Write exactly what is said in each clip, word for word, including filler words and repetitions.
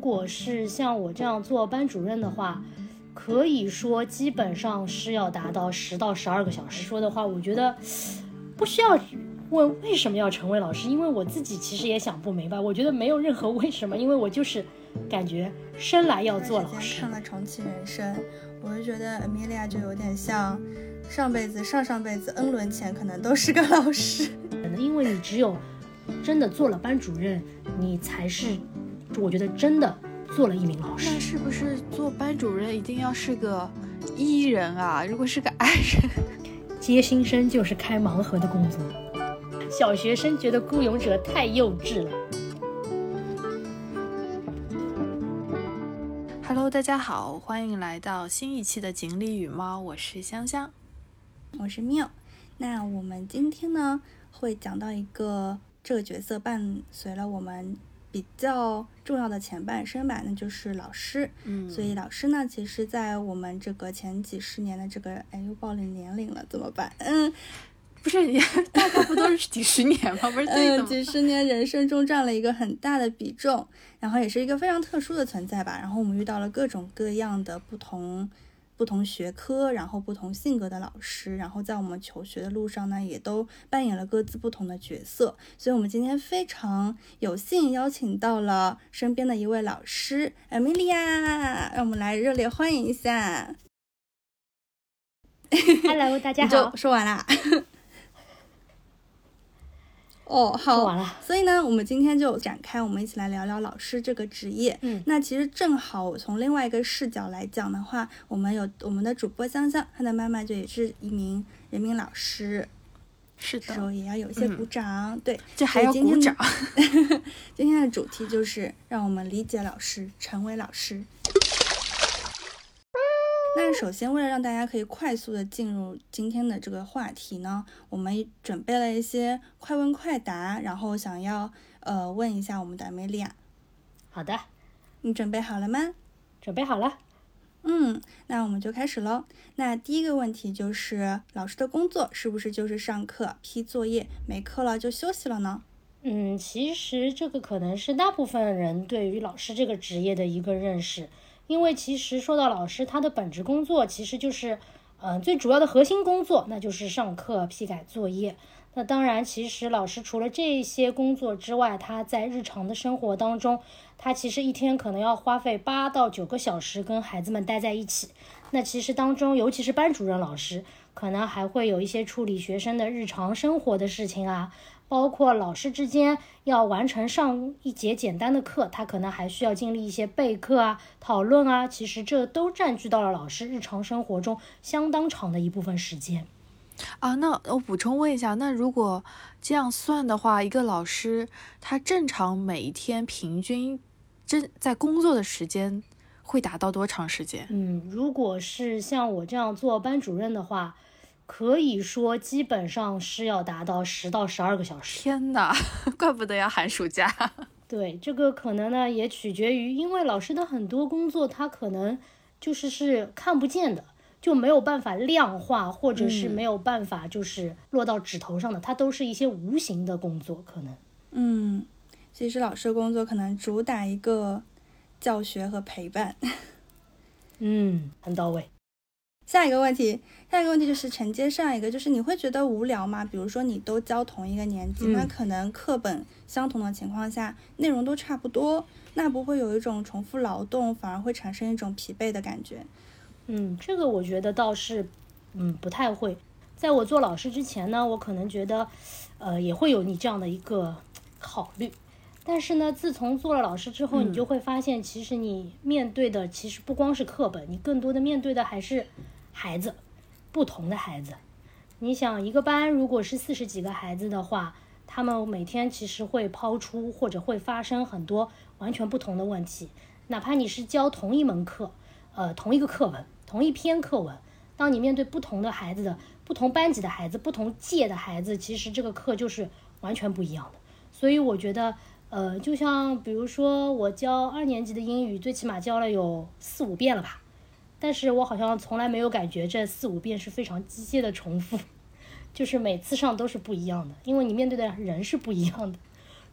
果是像我这样做班主任的话，可以说基本上是要达到十到十二个小时。说的话，我觉得不需要问为什么要成为老师，因为我自己其实也想不明白。我觉得没有任何为什么，因为我就是感觉生来要做老师。 看了《重启人生》，我就觉得 Amelia 就有点像上辈子、上上辈子 N 轮前可能都是个老师。 因为你只有真的做了班主任，你才是我觉得真的做了一名老师。 那是不是做班主任一定要是个 E 人啊？如果是个 I 人， 接新生就是开盲盒的工作。小学生觉得雇佣者太幼稚了。 Hello， 大家好，欢迎来到新一期的锦鲤与猫，我是香香， 我是妙。那我们今天呢会讲到一个这个角色伴随了我们比较重要的前半生吧，那就是老师。嗯，所以老师呢，其实在我们这个前几十年的这个，哎，又暴露年龄了，怎么办？嗯， 不是你大概不都是几十年吗？不是对的吗？ 嗯，几十年人生中占了一个很大的比重，然后也是一个非常特殊的存在吧。然后我们遇到了各种各样的不同。不同学科，然后不同性格的老师，然后在我们求学的路上呢，也都扮演了各自不同的角色。所以我们今天非常有幸邀请到了身边的一位老师 Amelia， 让我们来热烈欢迎一下。 Hello， 大家好。 你就说完啦。哦，好， 说完了。 所以呢，我们今天就展开，我们一起来聊聊老师这个职业。嗯，那其实正好我从另外一个视角来讲的话，我们有我们的主播香香，她的妈妈就也是一名人民老师， 是的， 时候也要有一些鼓掌。嗯、对， 这还要鼓掌。 今天的主题就是让我们理解老师，成为老师。那首先为了让大家可以快速的进入今天的这个话题呢，我们准备了一些快问快答，然后想要呃问一下我们的 Amelia。 好的， 你准备好了吗？ 准备好了。 嗯，那我们就开始咯。那第一个问题就是老师的工作是不是就是上课批作业，没课了就休息了呢？ 嗯，其实这个可能是大部分人对于老师这个职业的一个认识。因为其实说到老师，他的本职工作其实就是，嗯、呃，最主要的核心工作，那就是上课、批改作业。那当然，其实老师除了这些工作之外，他在日常的生活当中，他其实一天可能要花费八到九个小时跟孩子们待在一起。那其实当中，尤其是班主任老师，可能还会有一些处理学生的日常生活的事情啊。包括老师之间要完成上一节简单的课，他可能还需要经历一些备课啊、讨论啊，其实这都占据到了老师日常生活中相当长的一部分时间。 啊，那我补充问一下，那如果这样算的话，一个老师他正常每一天平均真在工作的时间会达到多长时间？ 嗯，如果是像我这样做班主任的话，可以说基本上是要达到十到十二个小时。 天哪，怪不得要寒暑假。 对，这个可能呢也取决于，因为老师的很多工作他可能就是是看不见的，就没有办法量化，或者是没有办法就是落到指头上的，它都是一些无形的工作可能。 嗯，其实老师的工作可能主打一个教学和陪伴。 嗯，很到位。 下一个问题，下一个问题就是承接上一个，就是你会觉得无聊吗？比如说你都教同一个年级，嗯、那可能课本相同的情况下，内容都差不多，那不会有一种重复劳动，反而会产生一种疲惫的感觉？ 嗯，这个我觉得倒是，嗯，不太会。在我做老师之前呢，我可能觉得，呃，也会有你这样的一个考虑。但是呢，自从做了老师之后，你就会发现，其实你面对的其实不光是课本，你更多的面对的还是孩子，不同的孩子。你想，一个班如果是四十几个孩子的话，他们每天其实会抛出或者会发生很多完全不同的问题。哪怕你是教同一门课，呃，同一个课文，同一篇课文，当你面对不同的孩子的不同班级的孩子，不同届的孩子，其实这个课就是完全不一样的。所以我觉得呃，就像比如说我教二年级的英语，最起码教了有四五遍了吧，但是我好像从来没有感觉这四五遍是非常机械的重复，就是每次上都是不一样的，因为你面对的人是不一样的。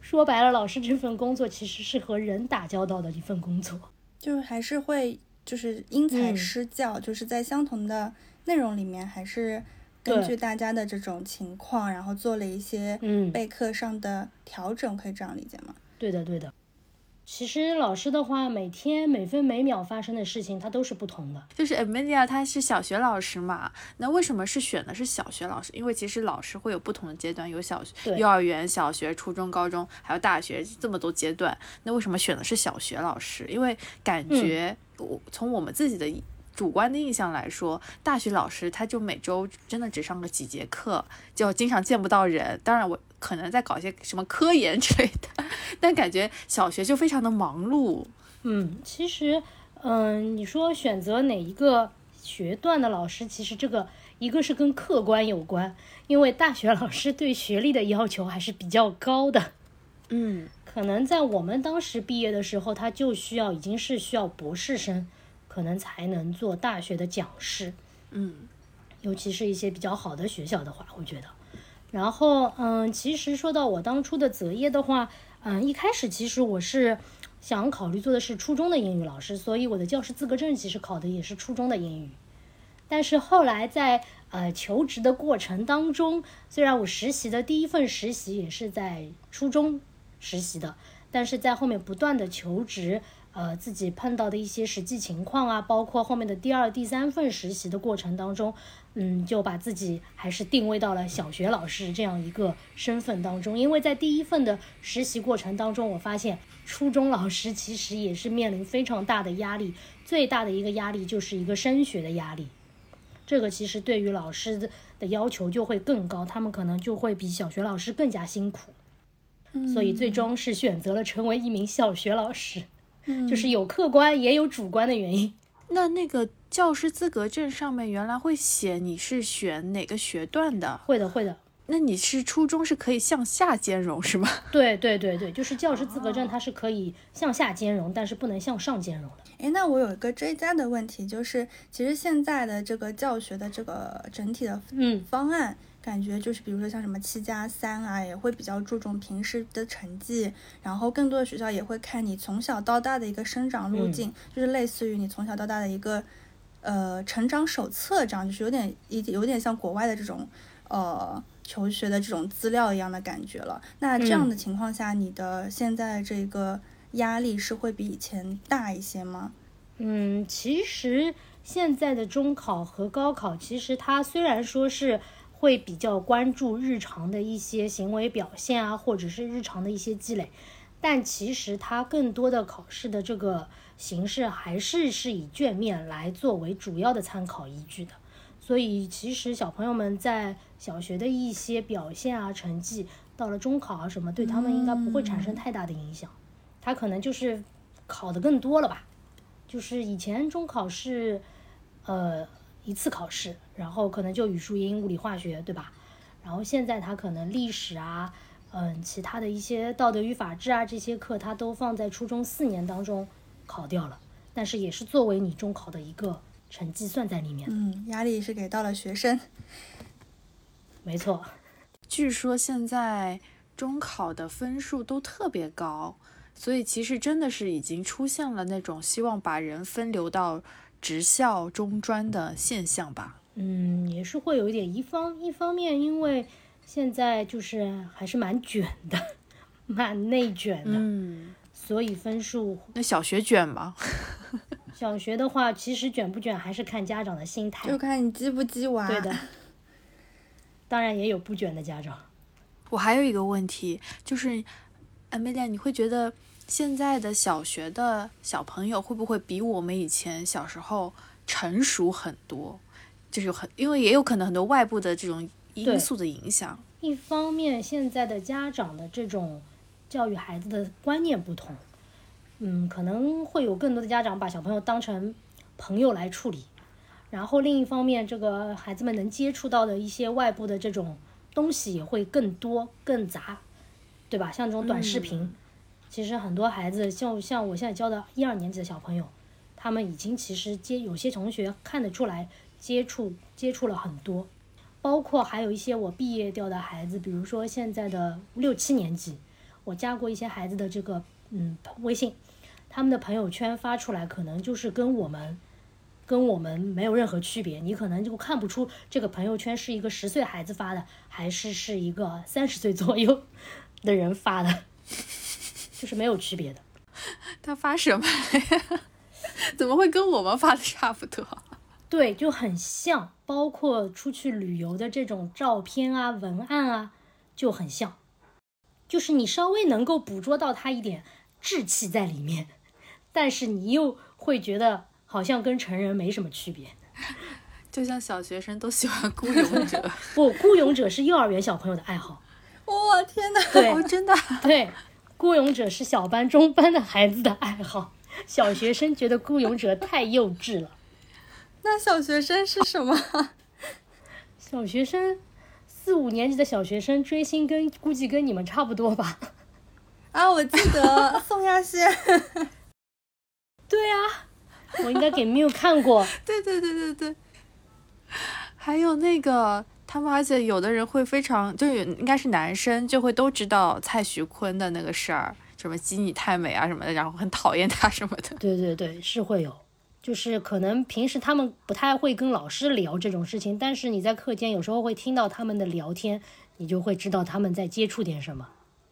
说白了，老师这份工作其实是和人打交道的一份工作， 就还是会就是因材施教、嗯、就是在相同的内容里面还是根据大家的这种情况，然后做了一些备课上的调整、嗯、可以这样理解吗？ 对的对的。其实老师的话，每天每分每秒发生的事情它都是不同的。 就是 Amelia 她是小学老师嘛，那为什么是选的是小学老师？因为其实老师会有不同的阶段，有小幼儿园、小学、初中、高中还有大学这么多阶段，那为什么选的是小学老师？因为感觉、嗯、从我们自己的主观的印象来说，大学老师他就每周真的只上个几节课，就经常见不到人。当然我可能在搞一些什么科研之类的，但感觉小学就非常的忙碌。 嗯，其实嗯，你说选择哪一个学段的老师，其实这个一个是跟客观有关，因为大学老师对学历的要求还是比较高的。 嗯， 可能在我们当时毕业的时候，他就需要已经是需要博士生可能才能做大学的讲师。 嗯， 尤其是一些比较好的学校的话，我觉得。然后嗯，其实说到我当初的择业的话，嗯，一开始其实我是想考虑做的是初中的英语老师，所以我的教师资格证其实考的也是初中的英语。但是后来在呃求职的过程当中，虽然我实习的第一份实习也是在初中实习的，但是在后面不断的求职，呃自己碰到的一些实际情况啊，包括后面的第二第三份实习的过程当中，嗯，就把自己还是定位到了小学老师这样一个身份当中。因为在第一份的实习过程当中，我发现初中老师其实也是面临非常大的压力，最大的一个压力就是一个升学的压力。这个其实对于老师的要求就会更高，他们可能就会比小学老师更加辛苦，嗯、所以最终是选择了成为一名小学老师，嗯、就是有客观也有主观的原因。 那那个教师资格证上面原来会写你是选哪个学段的？ 会的会的。 那你是初中是可以向下兼容是吗？ 对对对对，就是教师资格证它是可以向下兼容，但是不能向上兼容的。 诶，那我有一个追加的问题，就是其实现在的这个教学的这个整体的方案、嗯、感觉就是比如说像什么七加三啊，也会比较注重平时的成绩，然后更多的学校也会看你从小到大的一个生长路径、嗯、就是类似于你从小到大的一个呃成长手册这样，就是有点有点像国外的这种呃求学的这种资料一样的感觉了。那这样的情况下、嗯、你的现在这个压力是会比以前大一些吗？ 嗯，其实现在的中考和高考，其实它虽然说是会比较关注日常的一些行为表现啊，或者是日常的一些积累，但其实它更多的考试的这个形式还是是以卷面来作为主要的参考依据的。所以其实小朋友们在小学的一些表现啊、成绩，到了中考啊什么，对他们应该不会产生太大的影响。嗯、他可能就是考的更多了吧。就是以前中考是呃一次考试，然后可能就语数英、物理化学，对吧？然后现在他可能历史啊，嗯，其他的一些道德与法治啊这些课，他都放在初中四年当中考掉了，但是也是作为你中考的一个成绩算在里面。 嗯，压力是给到了学生。 没错。 据说现在中考的分数都特别高，所以其实真的是已经出现了那种希望把人分流到职校中专的现象吧。 嗯，也是会有一点，一方一方面因为现在就是还是蛮卷的，蛮内卷的， 嗯， 所以分数。 那小学卷吗？ 小学的话其实卷不卷还是看家长的心态， 就看你激不激娃。 对的，当然也有不卷的家长。 我还有一个问题，就是Amelia，你会觉得现在的小学的小朋友会不会比我们以前小时候成熟很多？就是很，因为也有可能很多外部的这种因素的影响。 一方面，现在的家长的这种教育孩子的观念不同，嗯，可能会有更多的家长把小朋友当成朋友来处理。然后另一方面，这个孩子们能接触到的一些外部的这种东西也会更多更杂，对吧？像这种短视频、嗯、其实很多孩子像像我现在教的一二年级的小朋友，他们已经其实接有些同学看得出来接触接触了很多，包括还有一些我毕业掉的孩子，比如说现在的六七年级， 我加过一些孩子的这个嗯微信，他们的朋友圈发出来可能就是跟我们跟我们没有任何区别，你可能就看不出这个朋友圈是一个十岁孩子发的，还是是一个三十岁左右的人发的，就是没有区别的。 他发什么呀？怎么会跟我们发的差不多？ 对，就很像，包括出去旅游的这种照片啊、文案啊，就很像，就是你稍微能够捕捉到它一点稚气在里面，但是你又会觉得好像跟成人没什么区别。 就像小学生都喜欢孤勇者。 不，孤勇者是幼儿园小朋友的爱好。 哇，天哪！ 对、 哦，真的。 对，孤勇者是小班、中班的孩子的爱好，小学生觉得孤勇者太幼稚了。 那小学生是什么？ 小学生，四五年级的小学生追星跟估计跟你们差不多吧？ 啊，我记得宋亚轩。 对啊，我应该给 Miu 看过。 对对对对对。还有那个他们，而且有的人会非常，就应该是男生就会都知道蔡徐坤的那个事儿，什么基你太美啊什么的，然后很讨厌他什么的。 对对对，是会有。就是可能平时他们不太会跟老师聊这种事情，但是你在课间有时候会听到他们的聊天，你就会知道他们在接触点什么。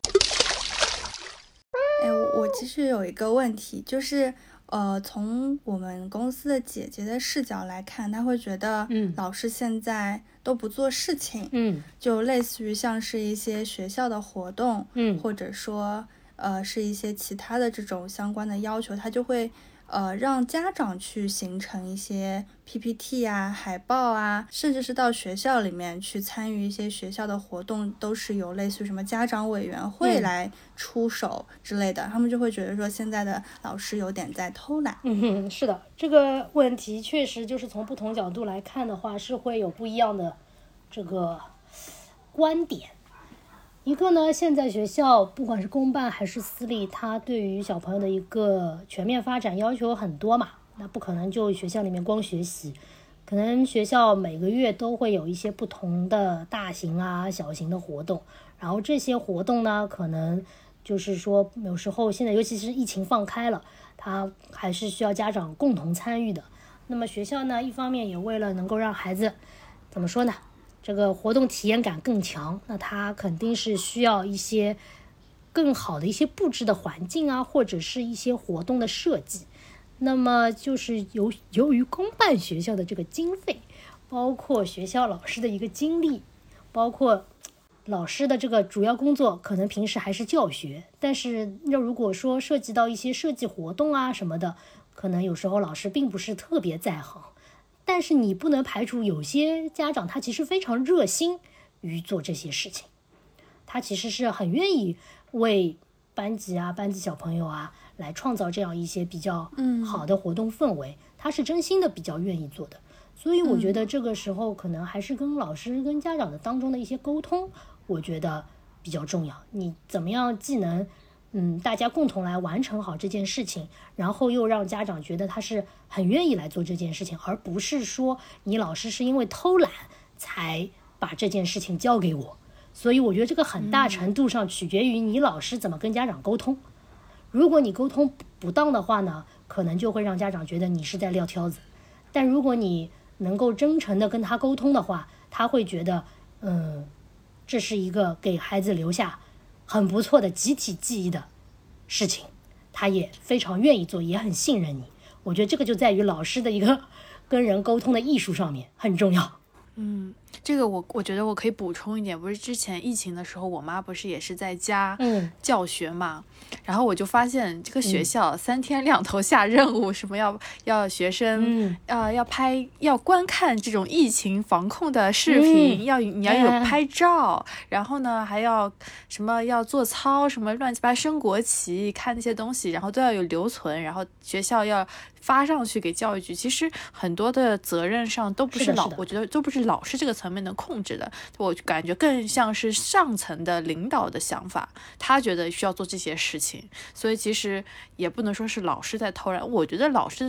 哎，我我其实有一个问题，就是呃，从我们公司的姐姐的视角来看，她会觉得， 嗯， 老师现在都不做事情， 嗯， 就类似于像是一些学校的活动， 嗯， 或者说呃是一些其他的这种相关的要求，她就会。呃，让家长去形成一些 P P T 啊、海报啊，甚至是到学校里面去参与一些学校的活动，都是有类似于什么家长委员会来出手之类的。嗯、他们就会觉得说，现在的老师有点在偷懒。 嗯哼，是的，这个问题确实就是从不同角度来看的话，是会有不一样的这个观点。一个呢，现在学校不管是公办还是私立，它对于小朋友的一个全面发展要求很多嘛，那不可能就学校里面光学习，可能学校每个月都会有一些不同的大型啊、小型的活动，然后这些活动呢，可能就是说有时候现在尤其是疫情放开了，它还是需要家长共同参与的。那么学校呢，一方面也为了能够让孩子怎么说呢？这个活动体验感更强，那它肯定是需要一些更好的一些布置的环境啊，或者是一些活动的设计。那么就是由由于公办学校的这个经费，包括学校老师的一个精力，包括老师的这个主要工作，可能平时还是教学，但是那如果说涉及到一些设计活动啊什么的，可能有时候老师并不是特别在行。但是你不能排除有些家长他其实非常热心于做这些事情，他其实是很愿意为班级啊班级小朋友啊来创造这样一些比较好的活动氛围，嗯、他是真心的比较愿意做的。所以我觉得这个时候可能还是跟老师跟家长的当中的一些沟通，我觉得比较重要。你怎么样既能嗯，大家共同来完成好这件事情，然后又让家长觉得他是很愿意来做这件事情，而不是说你老师是因为偷懒才把这件事情交给我。所以我觉得这个很大程度上取决于你老师怎么跟家长沟通。如果你沟通不当的话呢，可能就会让家长觉得你是在撂挑子。但如果你能够真诚的跟他沟通的话，他会觉得嗯，这是一个给孩子留下很不错的集体记忆的事情，他也非常愿意做，也很信任你。我觉得这个就在于老师的一个跟人沟通的艺术上面很重要。 嗯，这个我我觉得我可以补充一点，不是之前疫情的时候，我妈不是也是在家教学嘛，嗯、然后我就发现这个学校三天两头下任务，嗯、什么要要学生、嗯、呃要拍要观看这种疫情防控的视频，嗯、要你要有拍照，嗯、然后呢还要什么要做操，什么乱七八升国旗，看那些东西，然后都要有留存，然后学校要发上去给教育局。其实很多的责任上都不是老， 是我觉得都不是老师这个层面能控制的，我感觉更像是上层的领导的想法，他觉得需要做这些事情，所以其实也不能说是老师在偷懒，我觉得老师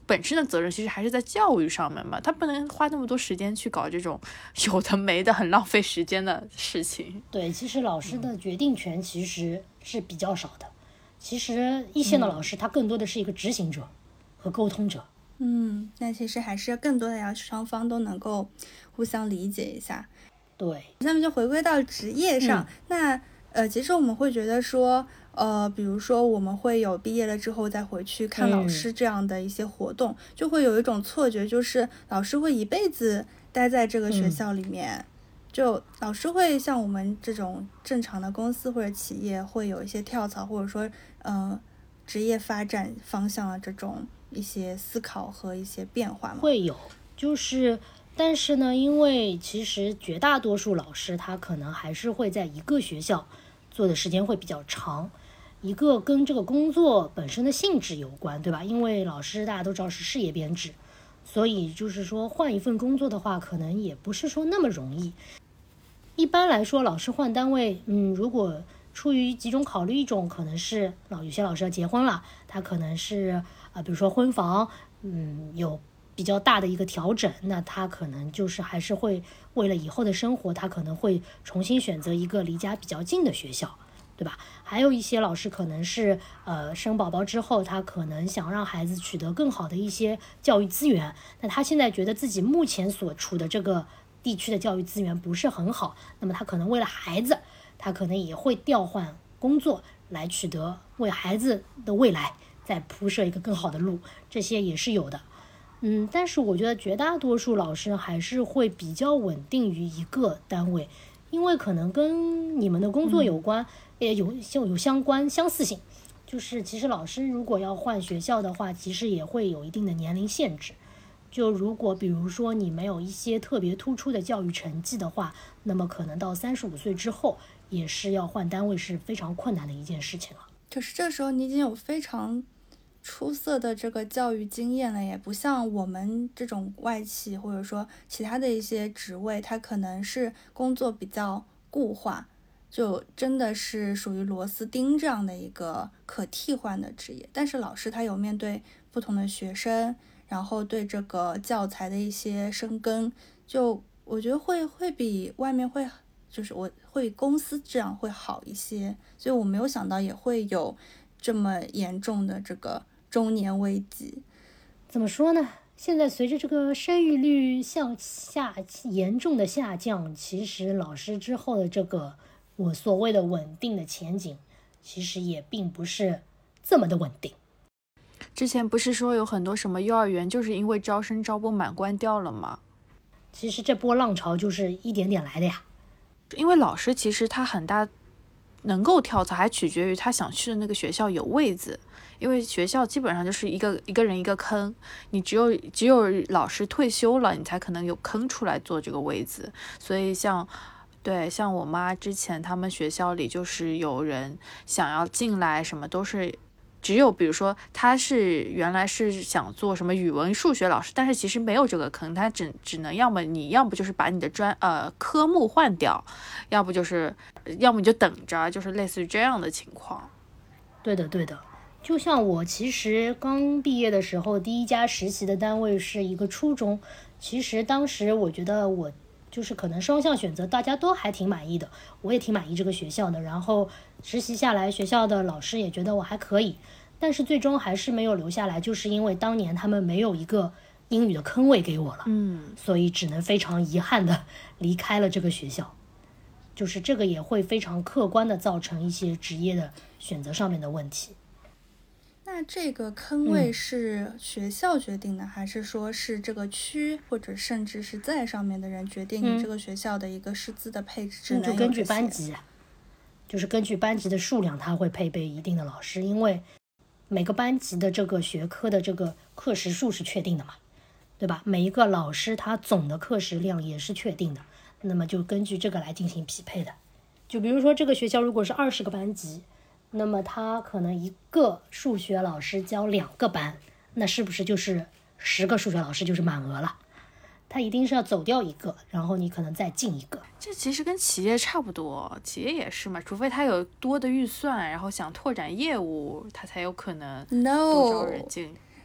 本身的责任其实还是在教育上面嘛，他不能花那么多时间去搞这种有的没的很浪费时间的事情。 对，其实老师的决定权其实是比较少的，其实一线的老师他更多的是一个执行者和沟通者。 嗯，那其实还是更多的要双方都能够互相理解一下。 对， 下面就回归到职业上，嗯、那呃，其实我们会觉得说，呃，比如说我们会有毕业了之后再回去看老师这样的一些活动，嗯、就会有一种错觉，就是老师会一辈子待在这个学校里面。嗯、就老师会像我们这种正常的公司或者企业会有一些跳槽，或者说嗯、呃、职业发展方向的这种一些思考和一些变化吗？ 会有，就是但是呢，因为其实绝大多数老师他可能还是会在一个学校做的时间会比较长，一个跟这个工作本身的性质有关，对吧？因为老师大家都知道是事业编制，所以就是说换一份工作的话可能也不是说那么容易。一般来说老师换单位，嗯，如果出于几种考虑，一种可能是老有些老师要结婚了，他可能是呃，比如说婚房嗯有比较大的一个调整，那他可能就是还是会为了以后的生活，他可能会重新选择一个离家比较近的学校，对吧？还有一些老师可能是呃生宝宝之后，他可能想让孩子取得更好的一些教育资源，那他现在觉得自己目前所处的这个地区的教育资源不是很好，那么他可能为了孩子，他可能也会调换工作来取得为孩子的未来再铺设一个更好的路，这些也是有的。嗯，但是我觉得绝大多数老师还是会比较稳定于一个单位，因为可能跟你们的工作有关，也有有相关相似性。就是其实老师如果要换学校的话，其实也会有一定的年龄限制。就如果比如说你没有一些特别突出的教育成绩的话，那么可能到三十五岁之后，也是要换单位是非常困难的一件事情了。 可是这时候你已经有非常出色的这个教育经验了，也不像我们这种外企或者说其他的一些职位，它可能是工作比较固化，就真的是属于螺丝钉这样的一个可替换的职业。但是老师他有面对不同的学生，然后对这个教材的一些深耕，就我觉得会会比外面会就是我会公司这样会好一些，所以我没有想到也会有这么严重的这个中年危机。 怎么说呢？现在随着这个生育率向下严重的下降，其实老师之后的这个我所谓的稳定的前景，其实也并不是这么的稳定。 之前不是说有很多什么幼儿园就是因为招生招不满关掉了吗？ 其实这波浪潮就是一点点来的呀。 因为老师其实他很大能够跳槽还取决于他想去的那个学校有位子，因为学校基本上就是一个一个人一个坑，你只有只有老师退休了，你才可能有坑出来做这个位子。所以像对像我妈之前他们学校里就是有人想要进来，什么都是只有比如说他是原来是想做什么语文数学老师，但是其实没有这个坑，他只只能要么你要不就是把你的专呃科目换掉，要不就是要么你就等着，就是类似于这样的情况。 对的对的，就像我其实刚毕业的时候，第一家实习的单位是一个初中，其实当时我觉得我就是可能双向选择大家都还挺满意的，我也挺满意这个学校的，然后实习下来学校的老师也觉得我还可以，但是最终还是没有留下来，就是因为当年他们没有一个英语的坑位给我了， 嗯， 所以只能非常遗憾的离开了这个学校。就是这个也会非常客观的造成一些职业的选择上面的问题。 那这个坑位是学校决定的、嗯、还是说是这个区或者甚至是在上面的人决定你这个学校的一个师资的配置只能有这些？ 就根据班级，就是根据班级的数量它会配备一定的老师，因为每个班级的这个学科的这个课时数是确定的嘛，对吧？每一个老师他总的课时量也是确定的，那么就根据这个来进行匹配的。就比如说这个学校如果是二十个班级，那么他可能一个数学老师教两个班，那是不是就是十个数学老师就是满额了？他一定是要走掉一个，然后你可能再进一个。 这其实跟企业差不多，企业也是嘛，除非他有多的预算，然后想拓展业务，他才有可能多招人进。 No.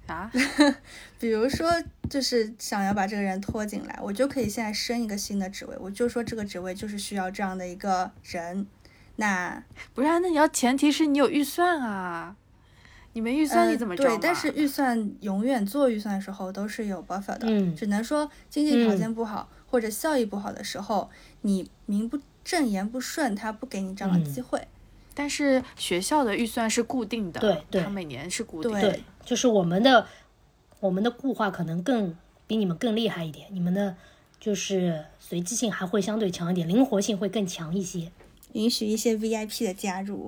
啊？ 比如说就是想要把这个人拖进来，我就可以现在升一个新的职位，我就说这个职位就是需要这样的一个人。那不然那你要前提是你有预算啊，你没预算你怎么招、呃、 对，但是预算永远做预算的时候都是有 buffer 的、 嗯、 只能说经济条件不好、嗯、或者效益不好的时候，你名不正言不顺，他不给你这样的机会、嗯、 但是学校的预算是固定的， 对对， 它每年是固定的， 对，就是我们的我们的固化可能更比你们更厉害一点，你们的就是随机性还会相对强一点，灵活性会更强一些， 允许一些 V I P 的加入。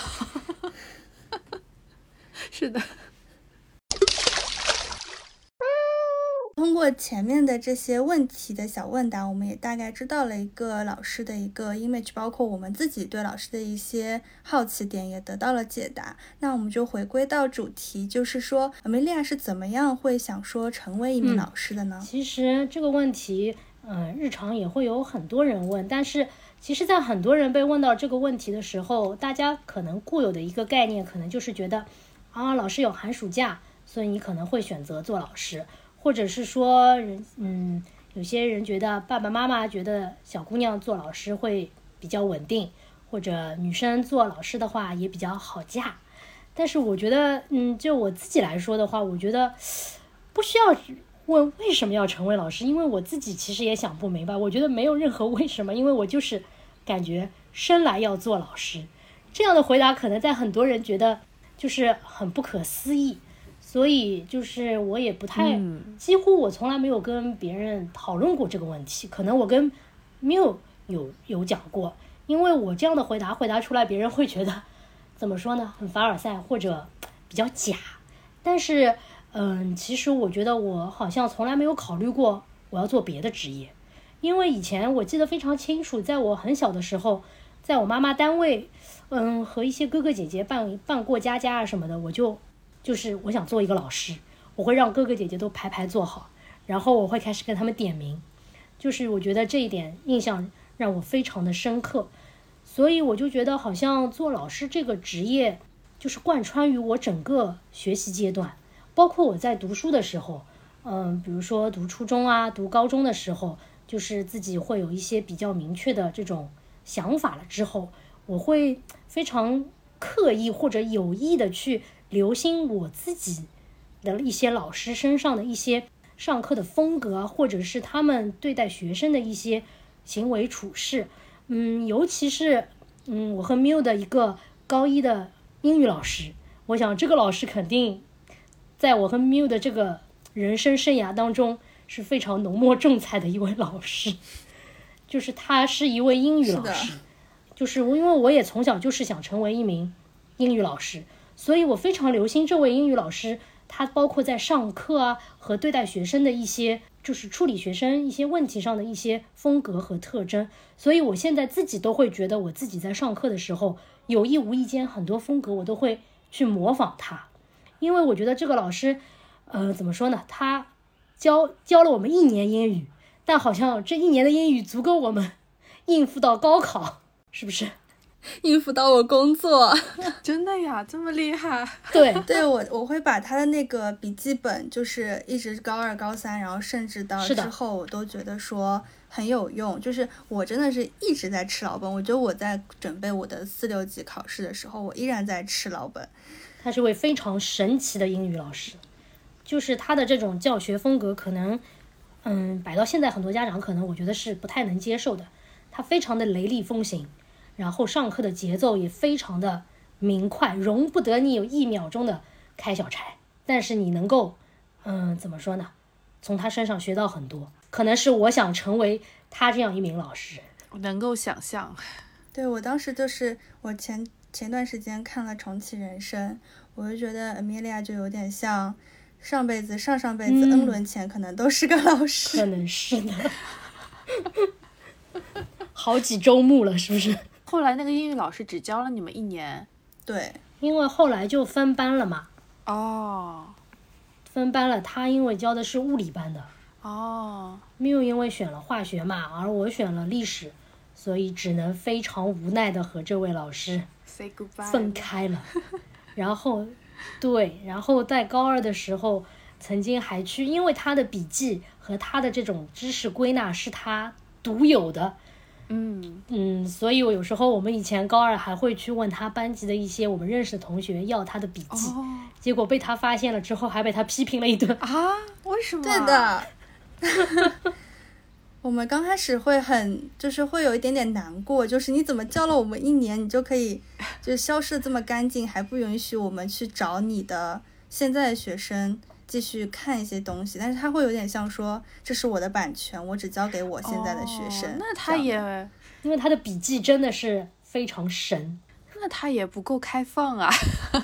是的。 通过前面的这些问题的小问答，我们也大概知道了一个老师的一个 image， 包括我们自己对老师的一些好奇点也得到了解答。那我们就回归到主题，就是说 Amelia 是怎么样会想说成为一名老师的呢？ 嗯、其实这个问题嗯、呃，日常也会有很多人问，但是其实在很多人被问到这个问题的时候，大家可能固有的一个概念可能就是觉得啊，老师有寒暑假，所以你可能会选择做老师，或者是说人嗯，有些人觉得爸爸妈妈觉得小姑娘做老师会比较稳定，或者女生做老师的话也比较好嫁。但是我觉得嗯，就我自己来说的话，我觉得不需要问为什么要成为老师，因为我自己其实也想不明白，我觉得没有任何为什么，因为我就是感觉生来要做老师。这样的回答可能在很多人觉得就是很不可思议，所以就是我也不太、嗯、几乎我从来没有跟别人讨论过这个问题，可能我跟 Miu 有有讲过，因为我这样的回答回答出来，别人会觉得怎么说呢，很凡尔赛或者比较假。但是嗯，其实我觉得我好像从来没有考虑过我要做别的职业，因为以前我记得非常清楚，在我很小的时候，在我妈妈单位嗯，和一些哥哥姐姐办办过家家啊什么的，我就就是我想做一个老师，我会让哥哥姐姐都排排坐好，然后我会开始跟他们点名，就是我觉得这一点印象让我非常的深刻，所以我就觉得好像做老师这个职业就是贯穿于我整个学习阶段，包括我在读书的时候，嗯，比如说读初中啊，读高中的时候，就是自己会有一些比较明确的这种想法了之后，我会非常刻意或者有意的去留心我自己的一些老师身上的一些上课的风格，或者是他们对待学生的一些行为处事。嗯，尤其是嗯，我和 Miu 的一个高一的英语老师，我想这个老师肯定在我和 Miu 的这个人生生涯当中是非常浓墨重彩的一位老师，就是他是一位英语老师，就是因为我也从小就是想成为一名英语老师，所以我非常留心这位英语老师他包括在上课啊和对待学生的一些就是处理学生一些问题上的一些风格和特征，所以我现在自己都会觉得我自己在上课的时候有意无意间很多风格我都会去模仿他，因为我觉得这个老师呃，怎么说呢，他教教了我们一年英语，但好像这一年的英语足够我们应付到高考，是不是？ 应付到我工作。 真的呀，这么厉害？ 对对，我我会把他的那个笔记本就是一直高二高三，然后甚至到之后我都觉得说很有用，就是我真的是一直在吃老本，我觉得我在准备我的四六级考试的时候我依然在吃老本。 他是位非常神奇的英语老师，就是他的这种教学风格可能嗯，摆到现在很多家长可能我觉得是不太能接受的，他非常的雷厉风行，然后上课的节奏也非常的明快，容不得你有一秒钟的开小差，但是你能够嗯，怎么说呢，从他身上学到很多，可能是我想成为他这样一名老师。 能够想象。 对，我当时就是我前前段时间看了《重启人生》，我就觉得 Amelia 就有点像上辈子上上辈子 N 轮前可能都是个老师、 嗯、可能是的好几周目了是不是？ 后来那个英语老师只教了你们一年？ 对， 因为后来就分班了嘛。 哦， 分班了，他因为教的是物理班的。 哦， Miu 因为选了化学嘛，而我选了历史，所以只能非常无奈的和这位老师分开了。然后对，然后在高二的时候曾经还去，因为他的笔记和他的这种知识归纳是他独有的， 嗯嗯，所以我有时候我们以前高二还会去问他班级的一些我们认识的同学要他的笔记， 哦结果被他发现了之后还被他批评了一顿。 啊，为什么？ 对的。我们刚开始会很就是会有一点点难过，就是你怎么教了我们一年你就可以就消失的这么干净，还不允许我们去找你的现在的学生继续看一些东西，但是他会有点像说这是我的版权，我只交给我现在的学生。 哦、那他也因为他的笔记真的是非常神， 那他也不够开放啊。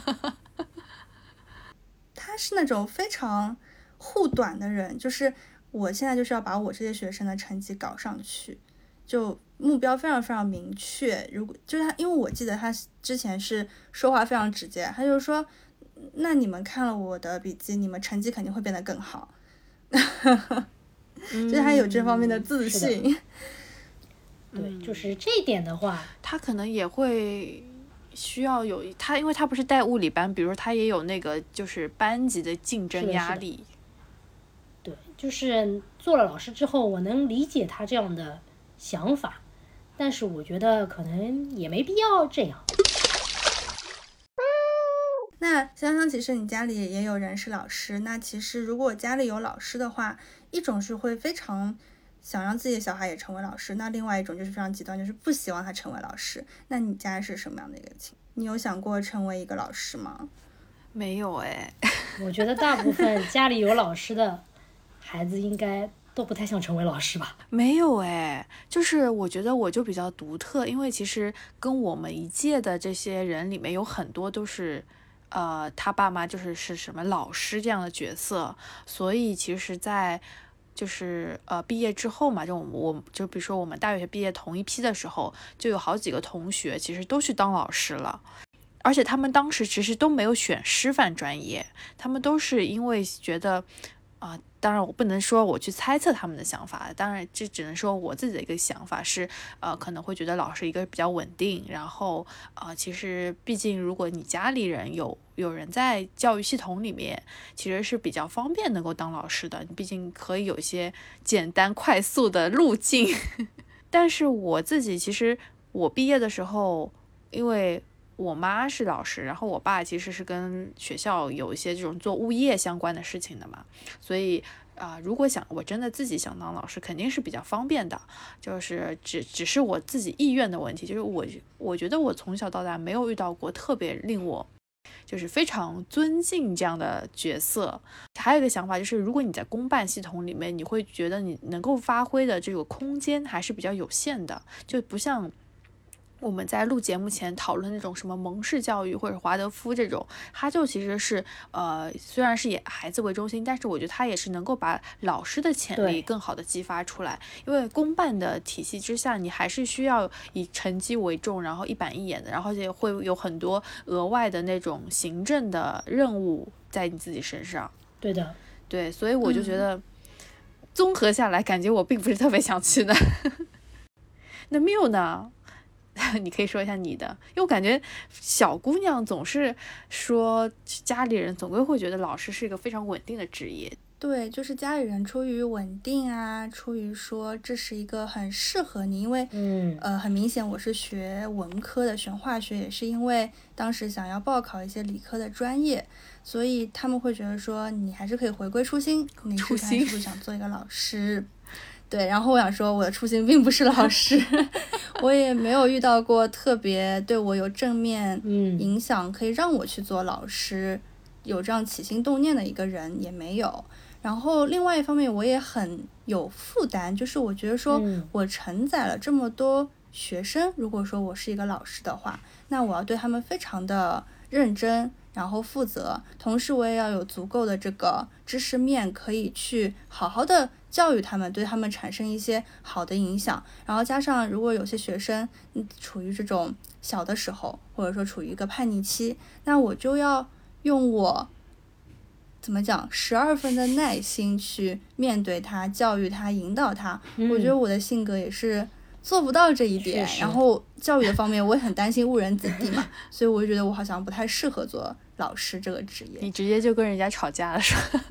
他是那种非常护短的人，就是我现在就是要把我这些学生的成绩搞上去，就目标非常非常明确。如果就是他，因为我记得他之前是说话非常直接，他就说那你们看了我的笔记，你们成绩肯定会变得更好。就是他有这方面的自信。 嗯、对，就是这一点的话， 他可能也会需要有他，因为他不是带物理班，比如说他也有那个就是班级的竞争压力。 对，就是做了老师之后，我能理解他这样的想法，但是我觉得可能也没必要这样。 那香香，其实你家里也有人是老师，那其实如果家里有老师的话，一种是会非常想让自己的小孩也成为老师，那另外一种就是非常极端，就是不希望他成为老师。那你家是什么样的一个情况？你有想过成为一个老师吗？ 没有哎， 我觉得大部分家里有老师的孩子应该都不太想成为老师吧。 没有哎，就是我觉得我就比较独特，因为其实跟我们一届的这些人里面有很多都是呃他爸妈就是是什么老师这样的角色，所以其实在就是呃毕业之后嘛，就我我就比如说我们大学毕业同一批的时候，就有好几个同学其实都去当老师了。而且他们当时其实都没有选师范专业，他们都是因为觉得啊、呃，当然我不能说我去猜测他们的想法，当然这只能说我自己的一个想法是，呃，可能会觉得老师一个比较稳定，然后呃，其实毕竟如果你家里人有有人在教育系统里面，其实是比较方便能够当老师的，你毕竟可以有一些简单快速的路径。但是我自己其实我毕业的时候，因为我妈是老师，然后我爸其实是跟学校有一些这种做物业相关的事情的嘛，所以啊、呃，如果想我真的自己想当老师，肯定是比较方便的，就是只只是我自己意愿的问题，就是我我觉得我从小到大没有遇到过特别令我就是非常尊敬这样的角色。还有一个想法就是，如果你在公办系统里面，你会觉得你能够发挥的这个空间还是比较有限的，就不像我们在录节目前讨论那种什么蒙氏教育或者华德福这种，它就其实是呃虽然是以孩子为中心，但是我觉得它也是能够把老师的潜力更好的激发出来。因为公办的体系之下，你还是需要以成绩为重，然后一板一眼的，然后也会有很多额外的那种行政的任务在你自己身上。 对的， 对，所以我就觉得、嗯、综合下来，感觉我并不是特别想去的。那缪呢？你可以说一下你的，因为我感觉小姑娘总是说家里人总归会觉得老师是一个非常稳定的职业。 对，就是家里人出于稳定啊，出于说这是一个很适合你，因为嗯呃很明显我是学文科的，选化学也是因为当时想要报考一些理科的专业，所以他们会觉得说你还是可以回归初心，你是不是想做一个老师？对，然后我想说我的初心并不是老师，我也没有遇到过特别对我有正面影响可以让我去做老师、嗯、有这样起心动念的一个人也没有。然后另外一方面我也很有负担，就是我觉得说我承载了这么多学生，如果说我是一个老师的话，那我要对他们非常的认真然后负责，同时我也要有足够的这个知识面可以去好好的教育他们，对他们产生一些好的影响。然后加上如果有些学生嗯处于这种小的时候，或者说处于一个叛逆期，那我就要用我怎么讲十二分的耐心去面对他，教育他，引导他、嗯、我觉得我的性格也是做不到这一点，然后教育的方面我也很担心误人子弟嘛，所以我就觉得我好像不太适合做老师这个职业。 你直接就跟人家吵架了是吧？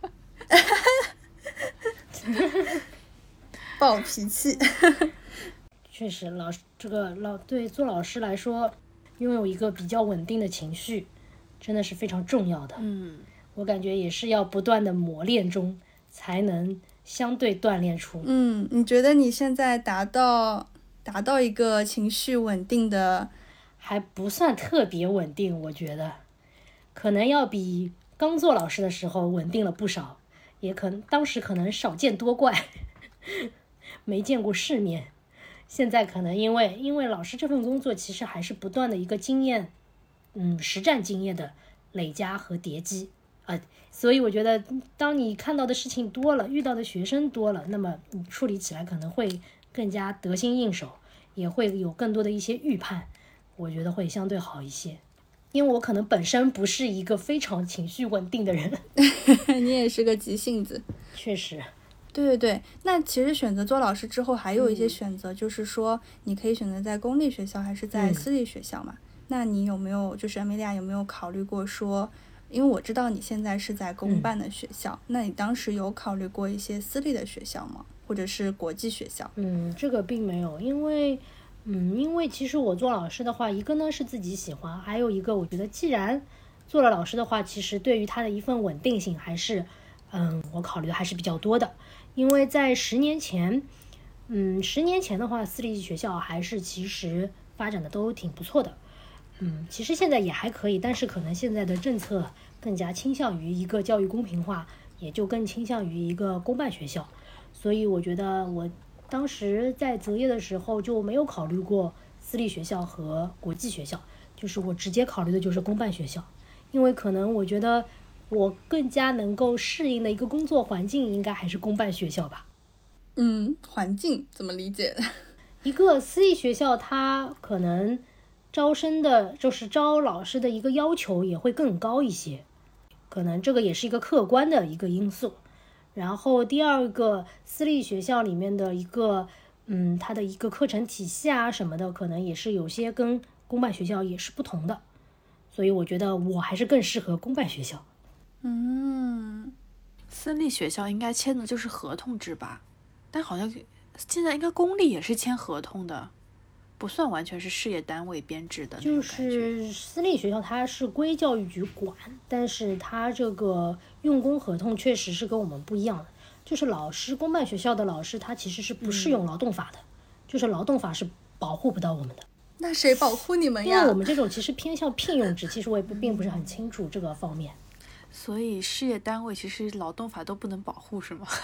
暴脾气。 确实，老师这个老对做老师来说，拥有一个比较稳定的情绪，真的是非常重要的。 嗯， 我感觉也是要不断的磨练中，才能相对锻炼出。 嗯，你觉得你现在达到达到一个情绪稳定的？ 还不算特别稳定，我觉得可能要比刚做老师的时候稳定了不少，也可能当时可能少见多怪，没见过世面。现在可能因为因为老师这份工作其实还是不断的一个经验，嗯，实战经验的累加和叠积啊、呃，所以我觉得当你看到的事情多了，遇到的学生多了，那么你处理起来可能会更加得心应手，也会有更多的一些预判。我觉得会相对好一些，因为我可能本身不是一个非常情绪稳定的人。 你也是个急性子。 确实。 对对对，那其实选择做老师之后还有一些选择、嗯、就是说你可以选择在公立学校还是在私立学校嘛、嗯、那你有没有就是 Amelia 有没有考虑过说，因为我知道你现在是在公办的学校、嗯、那你当时有考虑过一些私立的学校吗？或者是国际学校？ 嗯，这个并没有，因为嗯，因为其实我做老师的话，一个呢是自己喜欢，还有一个我觉得既然做了老师的话，其实对于他的一份稳定性还是嗯，我考虑的还是比较多的。因为在十年前嗯，十年前的话，私立学校还是其实发展的都挺不错的。嗯，其实现在也还可以，但是可能现在的政策更加倾向于一个教育公平化，也就更倾向于一个公办学校。所以我觉得我当时在择业的时候就没有考虑过私立学校和国际学校，就是我直接考虑的就是公办学校。因为可能我觉得我更加能够适应的一个工作环境应该还是公办学校吧。 嗯，环境怎么理解？ 一个私立学校它可能招生的就是招老师的一个要求也会更高一些，可能这个也是一个客观的一个因素。然后第二个，私立学校里面的一个嗯，它的一个课程体系啊什么的，可能也是有些跟公办学校也是不同的，所以我觉得我还是更适合公办学校。 嗯， 私立学校应该签的就是合同制吧，但好像现在应该公立也是签合同的，不算完全是事业单位编制的那种感觉。 就是私立学校它是归教育局管，但是它这个用工合同确实是跟我们不一样的。就是老师，公办学校的老师他其实是不适用劳动法的、嗯、就是劳动法是保护不到我们的。 那谁保护你们呀？ 因为我们这种其实偏向聘用制，其实我也并不是很清楚这个方面。 所以事业单位其实劳动法都不能保护是吗？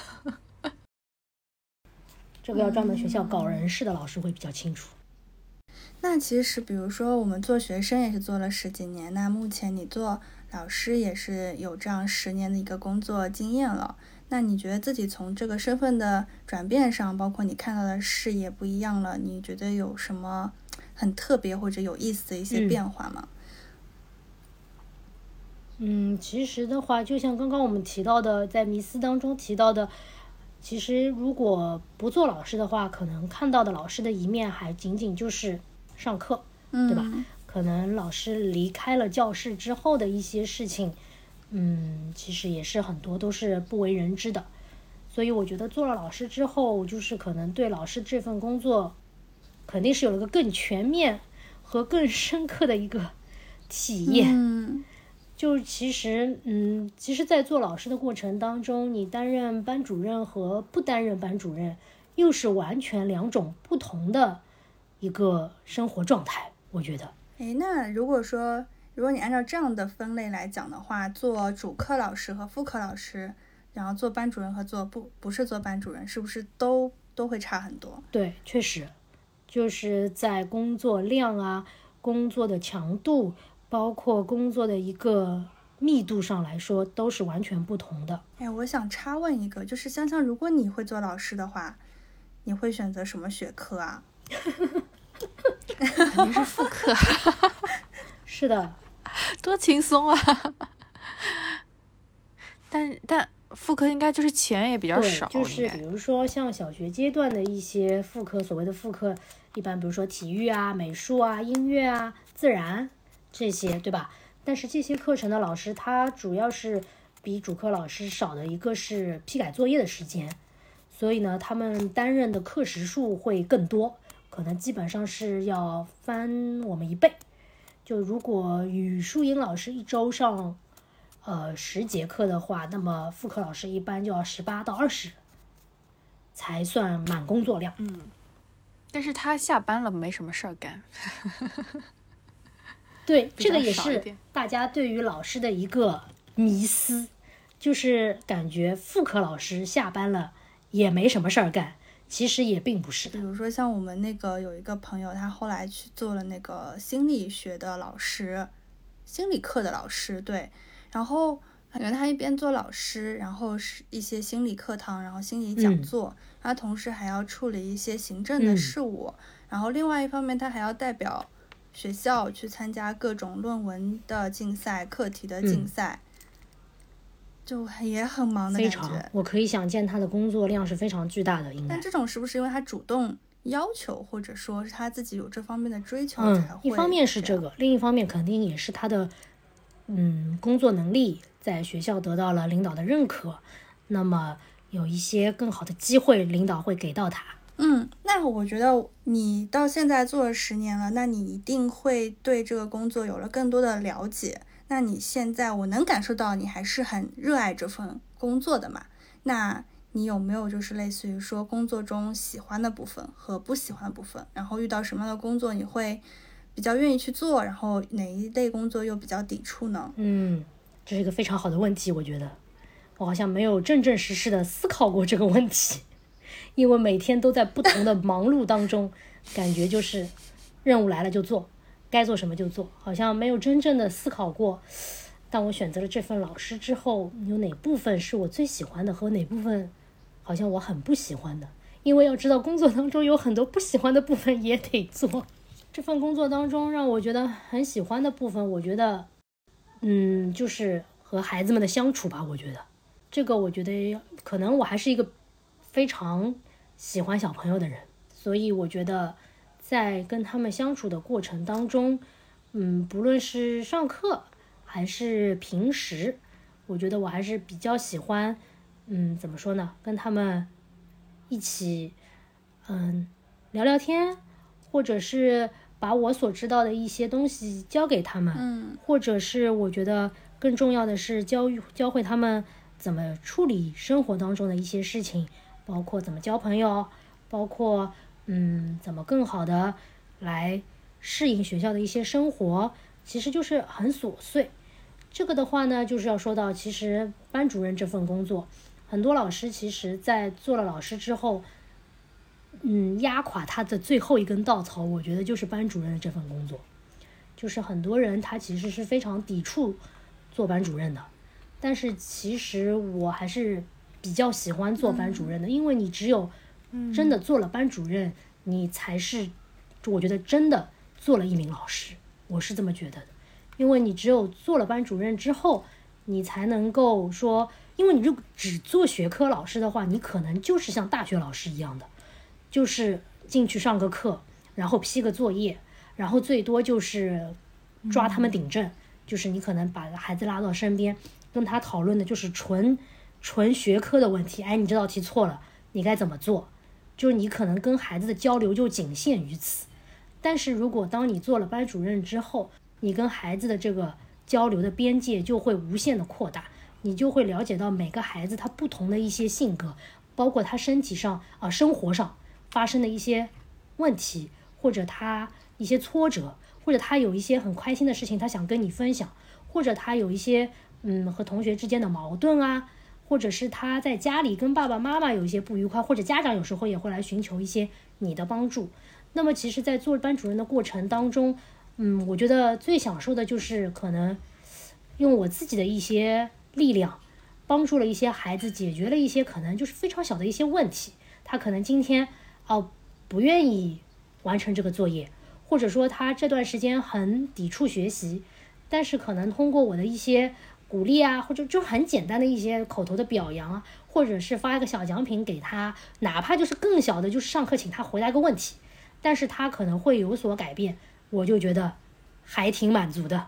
这个要专门学校搞人事的老师会比较清楚。 那其实比如说我们做学生也是做了十几年，那目前你做老师也是有这样十年的一个工作经验了，那你觉得自己从这个身份的转变上，包括你看到的视野不一样了，你觉得有什么很特别或者有意思的一些变化吗？ 嗯，其实的话就像刚刚我们提到的，在迷思当中提到的，其实如果不做老师的话，可能看到的老师的一面还仅仅就是上课，对吧、嗯、可能老师离开了教室之后的一些事情，嗯，其实也是很多都是不为人知的。所以我觉得做了老师之后，就是可能对老师这份工作肯定是有了个更全面和更深刻的一个体验。 嗯， 就其实嗯，其实在做老师的过程当中，你担任班主任和不担任班主任又是完全两种不同的一个生活状态，我觉得。 诶，那如果说如果你按照这样的分类来讲的话，做主课老师和副课老师，然后做班主任和做不不是做班主任，是不是都都会差很多？ 对，确实就是在工作量啊，工作的强度，包括工作的一个密度上来说都是完全不同的。 哎，我想插问一个，就是香香，如果你会做老师的话，你会选择什么学科啊？ 肯定是副科。 是的， 多轻松啊！但但副科应该就是钱也比较少， 对，就是比如说像小学阶段的一些副科，所谓的副科，一般比如说体育啊、美术啊、音乐啊、自然这些，对吧？ 但是这些课程的老师他主要是比主课老师少的一个是批改作业的时间，所以呢他们担任的课时数会更多，可能基本上是要翻我们一倍。就如果语数英老师一周上呃十节课的话，那么副课老师一般就要十八到二十才算满工作量。 嗯，但是他下班了没什么事儿干。 对，这个也是大家对于老师的一个迷思，就是感觉副课老师下班了也没什么事儿干，其实也并不是的。 比如说像我们那个有一个朋友，他后来去做了那个心理学的老师，心理课的老师，对，然后感觉他一边做老师，然后是一些心理课堂，然后心理讲座，嗯、他同时还要处理一些行政的事务，嗯、然后另外一方面他还要代表学校去参加各种论文的竞赛、课题的竞赛，嗯、就也很忙的感觉。 非常，我可以想见他的工作量是非常巨大的，应该。 但这种是不是因为他主动要求，或者说是他自己有这方面的追求才会？ 嗯，一方面是这个，另一方面肯定也是他的嗯工作能力在学校得到了领导的认可，那么有一些更好的机会，领导会给到他。 嗯，那我觉得你到现在做了十年了，那你一定会对这个工作有了更多的了解。那你现在我能感受到你还是很热爱这份工作的嘛？那你有没有就是类似于说工作中喜欢的部分和不喜欢的部分，然后遇到什么样的工作你会比较愿意去做，然后哪一类工作又比较抵触呢？ 嗯，这是一个非常好的问题，我觉得我好像没有正正式式的思考过这个问题，因为每天都在不同的忙碌当中，感觉就是任务来了就做，该做什么就做，好像没有真正的思考过。当我选择了这份老师之后，有哪部分是我最喜欢的，和哪部分好像我很不喜欢的，因为要知道工作当中有很多不喜欢的部分也得做。这份工作当中让我觉得很喜欢的部分，我觉得嗯，就是和孩子们的相处吧。我觉得这个我觉得可能我还是一个非常喜欢小朋友的人，所以我觉得在跟他们相处的过程当中，嗯，不论是上课还是平时，我觉得我还是比较喜欢嗯，怎么说呢，跟他们一起嗯聊聊天，或者是把我所知道的一些东西教给他们， 嗯， 或者是我觉得更重要的是教教会他们怎么处理生活当中的一些事情，包括怎么交朋友，包括嗯怎么更好的来适应学校的一些生活，其实就是很琐碎。这个的话呢，就是要说到其实班主任这份工作，很多老师其实在做了老师之后，嗯，压垮他的最后一根稻草，我觉得就是班主任的这份工作。就是很多人他其实是非常抵触做班主任的，但是其实我还是比较喜欢做班主任的，嗯、因为你只有真的做了班主任，嗯、你才是我觉得真的做了一名老师，我是这么觉得的。因为你只有做了班主任之后，你才能够说，因为你如果只做学科老师的话，你可能就是像大学老师一样的，就是进去上个课，然后批个作业，然后最多就是抓他们顶正，嗯、就是你可能把孩子拉到身边，跟他讨论的就是纯纯学科的问题。哎，你这道题错了，你该怎么做？就是你可能跟孩子的交流就仅限于此。但是如果当你做了班主任之后，你跟孩子的这个交流的边界就会无限的扩大，你就会了解到每个孩子他不同的一些性格，包括他身体上啊、呃、生活上发生的一些问题，或者他一些挫折，或者他有一些很开心的事情他想跟你分享，或者他有一些嗯和同学之间的矛盾啊，或者是他在家里跟爸爸妈妈有一些不愉快，或者家长有时候也会来寻求一些你的帮助。那么其实在做班主任的过程当中，嗯，我觉得最享受的就是可能用我自己的一些力量帮助了一些孩子解决了一些可能就是非常小的一些问题。他可能今天哦、呃、不愿意完成这个作业，或者说他这段时间很抵触学习，但是可能通过我的一些鼓励啊，或者就很简单的一些口头的表扬啊，或者是发一个小奖品给他，哪怕就是更小的，就是上课请他回答一个问题，但是他可能会有所改变，我就觉得还挺满足的。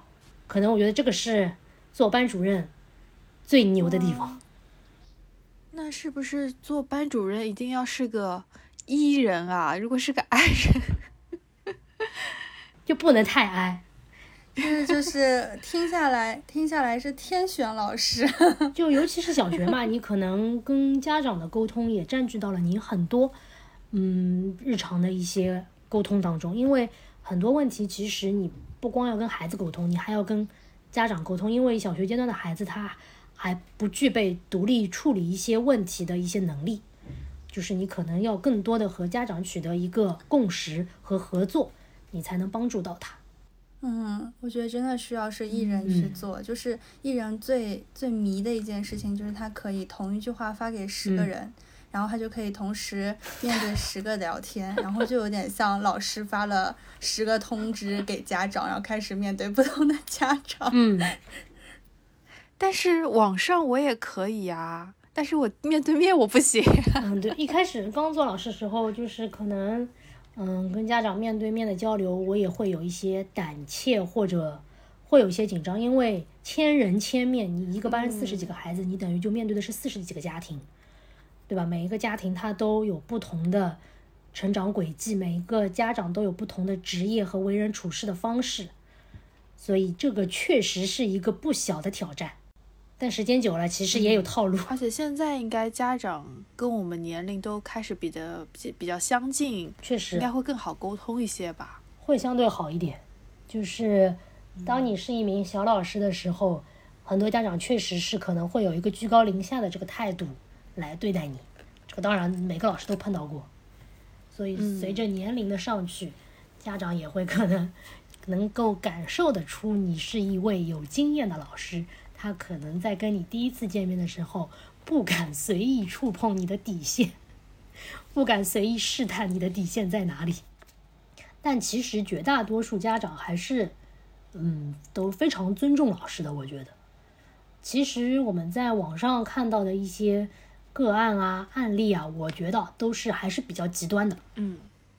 可能我觉得这个是做班主任最牛的地方。 哦、那是不是做班主任一定要是个E人啊？如果是个 I 人就不能太 I。 是就是听下来听下来是天选老师就尤其是小学嘛，你可能跟家长的沟通也占据到了你很多嗯日常的一些沟通当中，因为很多问题其实你不光要跟孩子沟通，你还要跟家长沟通，因为小学阶段的孩子他还不具备独立处理一些问题的一些能力，就是你可能要更多的和家长取得一个共识和合作，你才能帮助到他。 嗯，我觉得真的需要是艺人去做，嗯、就是艺人最最迷的一件事情，就是他可以同一句话发给十个人，嗯、然后他就可以同时面对十个聊天，然后就有点像老师发了十个通知给家长，然后开始面对不同的家长。 嗯， 但是网上我也可以啊，但是我面对面我不行。 嗯，对，一开始刚做老师的时候，就是可能。嗯，跟家长面对面的交流，我也会有一些胆怯，或者会有一些紧张，因为千人千面，你一个班四十几个孩子，嗯、你等于就面对的是四十几个家庭，对吧？每一个家庭它都有不同的成长轨迹，每一个家长都有不同的职业和为人处事的方式，所以这个确实是一个不小的挑战。但时间久了其实也有套路、 嗯、而且现在应该家长跟我们年龄都开始比的比较相近， 确实应该会更好沟通一些吧， 会相对好一点。就是当你是一名小老师的时候、嗯、很多家长确实是可能会有一个居高临下的这个态度来对待你，这个当然每个老师都碰到过，所以随着年龄的上去、嗯、家长也会可能能够感受得出你是一位有经验的老师，他可能在跟你第一次见面的时候不敢随意触碰你的底线，不敢随意试探你的底线在哪里。但其实绝大多数家长还是嗯都非常尊重老师的，我觉得。其实我们在网上看到的一些个案啊案例啊，我觉得都是还是比较极端的。 嗯。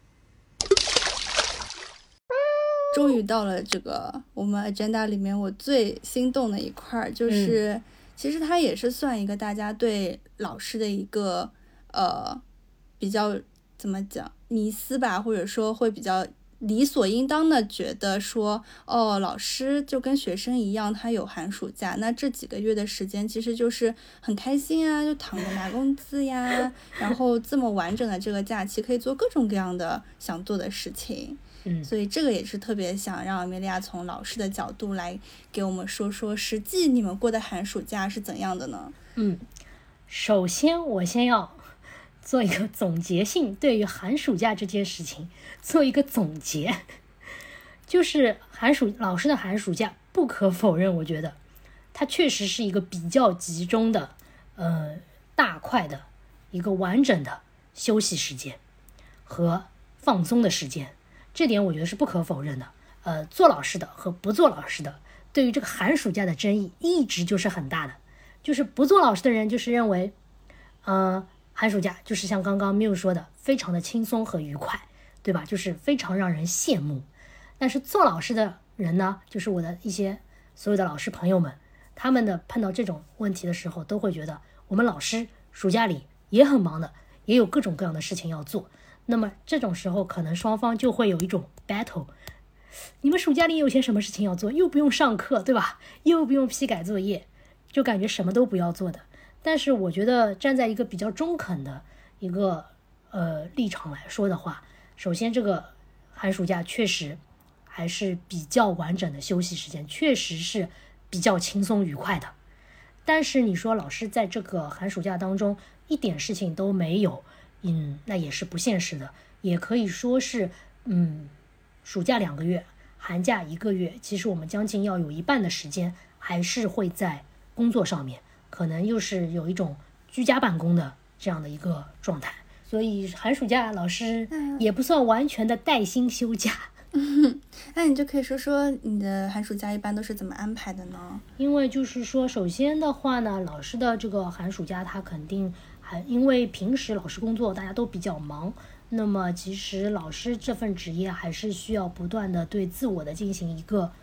终于到了这个我们 agenda 里面我最心动的一块，就是、嗯、其实它也是算一个大家对老师的一个呃比较怎么讲迷思吧，或者说会比较理所应当的觉得说，哦，老师就跟学生一样，他有寒暑假，那这几个月的时间其实就是很开心啊，就躺着拿工资呀，然后这么完整的这个假期可以做各种各样的想做的事情。 嗯， 所以这个也是特别想让阿梅利亚从老师的角度来给我们说说，实际你们过的寒暑假是怎样的呢？ 嗯，首先我先要做一个总结性，对于寒暑假这件事情做一个总结，就是寒暑老师的寒暑假不可否认，我觉得它确实是一个比较集中的呃大块的一个完整的休息时间和放松的时间，这点我觉得是不可否认的。呃，做老师的和不做老师的对于这个寒暑假的争议一直就是很大的，就是不做老师的人就是认为呃寒暑假就是像刚刚 Miu 说的非常的轻松和愉快，对吧？就是非常让人羡慕。但是做老师的人呢，就是我的一些所有的老师朋友们，他们的碰到这种问题的时候都会觉得我们老师暑假里也很忙的，也有各种各样的事情要做。那么这种时候可能双方就会有一种 battle， 你们暑假里有些什么事情要做，又不用上课，对吧？又不用批改作业，就感觉什么都不要做的。但是我觉得站在一个比较中肯的一个呃立场来说的话，首先这个寒暑假确实还是比较完整的休息时间，确实是比较轻松愉快的。但是你说老师在这个寒暑假当中一点事情都没有，嗯，那也是不现实的。也可以说是嗯，暑假两个月，寒假一个月，其实我们将近要有一半的时间还是会在工作上面，可能又是有一种居家办公的这样的一个状态。所以寒暑假老师也不算完全的带薪休假。 嗯，那你就可以说说你的寒暑假一般都是怎么安排的呢？ 因为就是说首先的话呢，老师的这个寒暑假他肯定还因为平时老师工作大家都比较忙，那么其实老师这份职业还是需要不断的对自我的进行一个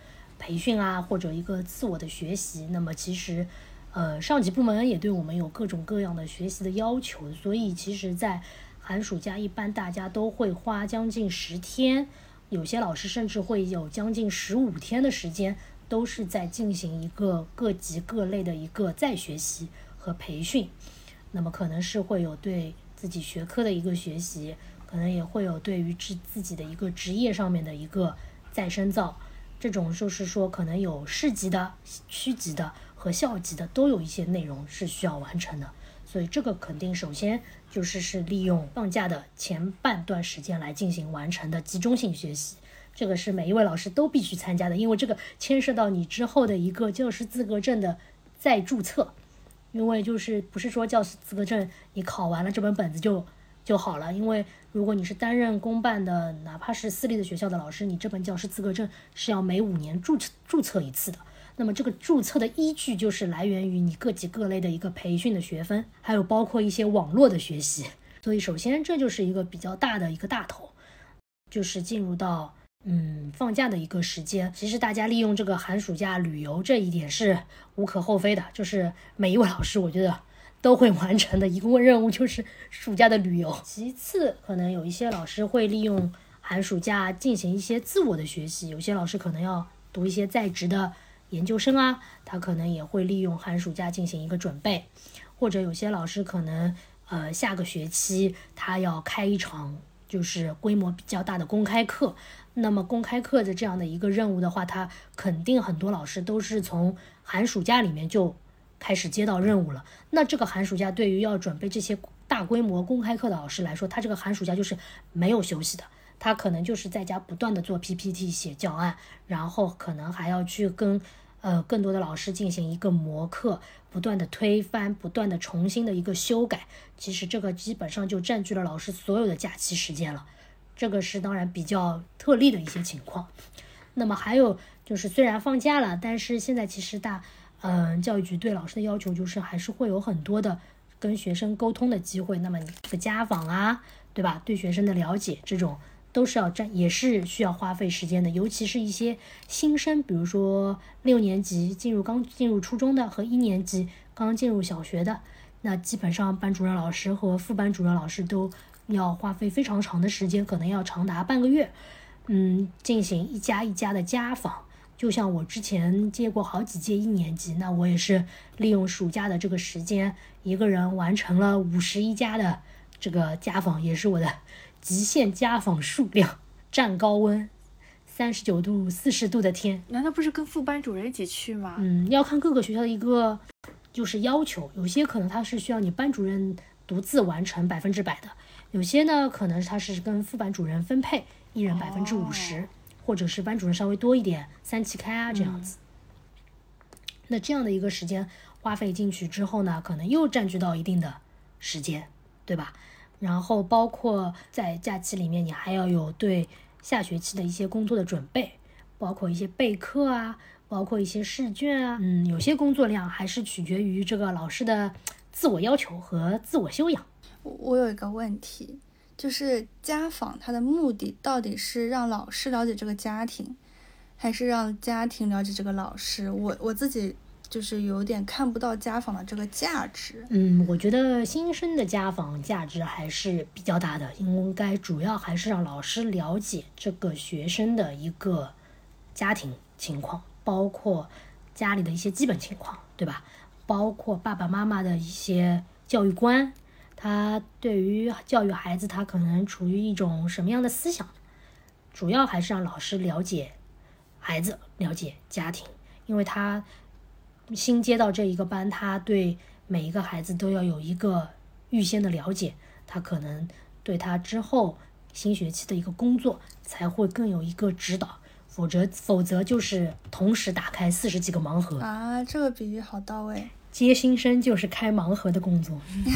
培训啊，或者一个自我的学习。那么其实呃，上级部门也对我们有各种各样的学习的要求，所以其实在寒暑假一般大家都会花将近十天，有些老师甚至会有将近十五天的时间，都是在进行一个各级各类的一个再学习和培训。那么可能是会有对自己学科的一个学习，可能也会有对于自自己的一个职业上面的一个再深造。这种就是说可能有市级的、区级的和校级的都有一些内容是需要完成的。所以这个肯定首先就是是利用放假的前半段时间来进行完成的集中性学习，这个是每一位老师都必须参加的，因为这个牵涉到你之后的一个教师资格证的再注册。因为就是不是说教师资格证你考完了这本本子就就好了，因为如果你是担任公办的哪怕是私立的学校的老师，你这本教师资格证是要每五年注注册一次的。那么这个注册的依据就是来源于你各级各类的一个培训的学分，还有包括一些网络的学习。所以首先这就是一个比较大的一个大头，就是进入到嗯，放假的一个时间。其实大家利用这个寒暑假旅游这一点是无可厚非的，就是每一位老师我觉得都会完成的一个任务，就是暑假的旅游。其次可能有一些老师会利用寒暑假进行一些自我的学习，有些老师可能要读一些在职的研究生啊，他可能也会利用寒暑假进行一个准备。或者有些老师可能呃下个学期他要开一场就是规模比较大的公开课，那么公开课的这样的一个任务的话，他肯定很多老师都是从寒暑假里面就开始接到任务了。那这个寒暑假对于要准备这些大规模公开课的老师来说，他这个寒暑假就是没有休息的，他可能就是在家不断的做 P P T 写教案，然后可能还要去跟呃更多的老师进行一个模课，不断的推翻，不断的重新的一个修改。其实这个基本上就占据了老师所有的假期时间了，这个是当然比较特例的一些情况。那么还有就是虽然放假了，但是现在其实大嗯、呃、教育局对老师的要求就是还是会有很多的跟学生沟通的机会，那么你这个家访啊，对吧，对学生的了解，这种都是要占也是需要花费时间的。尤其是一些新生，比如说六年级进入刚进入初中的和一年级刚进入小学的，那基本上班主任老师和副班主任老师都要花费非常长的时间，可能要长达半个月，嗯，进行一家一家的家访。就像我之前接过好几届一年级，那我也是利用暑假的这个时间，一个人完成了五十一家的这个家访，也是我的极限家访数量。站高温，三十九度、四十度的天， 难道不是跟副班主任一起去吗？ 嗯，要看各个学校的一个就是要求，有些可能他是需要你班主任独自完成百分之百的，有些呢可能他是跟副班主任分配，一人百分之五十，或者是班主任稍微多一点，三七开啊这样子。嗯、那这样的一个时间花费进去之后呢，可能又占据到一定的时间，对吧？然后包括在假期里面，你还要有对下学期的一些工作的准备，包括一些备课啊，包括一些试卷啊，嗯，有些工作量还是取决于这个老师的自我要求和自我修养。 我有一个问题，就是家访它的目的到底是让老师了解这个家庭，还是让家庭了解这个老师？我我自己就是有点看不到家访的这个价值。 嗯，我觉得新生的家访价值还是比较大的，应该主要还是让老师了解这个学生的一个家庭情况，包括家里的一些基本情况，对吧？包括爸爸妈妈的一些教育观，他对于教育孩子他可能处于一种什么样的思想，主要还是让老师了解孩子，了解家庭，因为他新接到这一个班，他对每一个孩子都要有一个预先的了解，他可能对他之后新学期的一个工作才会更有一个指导，否则否则就是同时打开四十几个盲盒啊！这个比喻好到位， 接新生就是开盲盒的工作。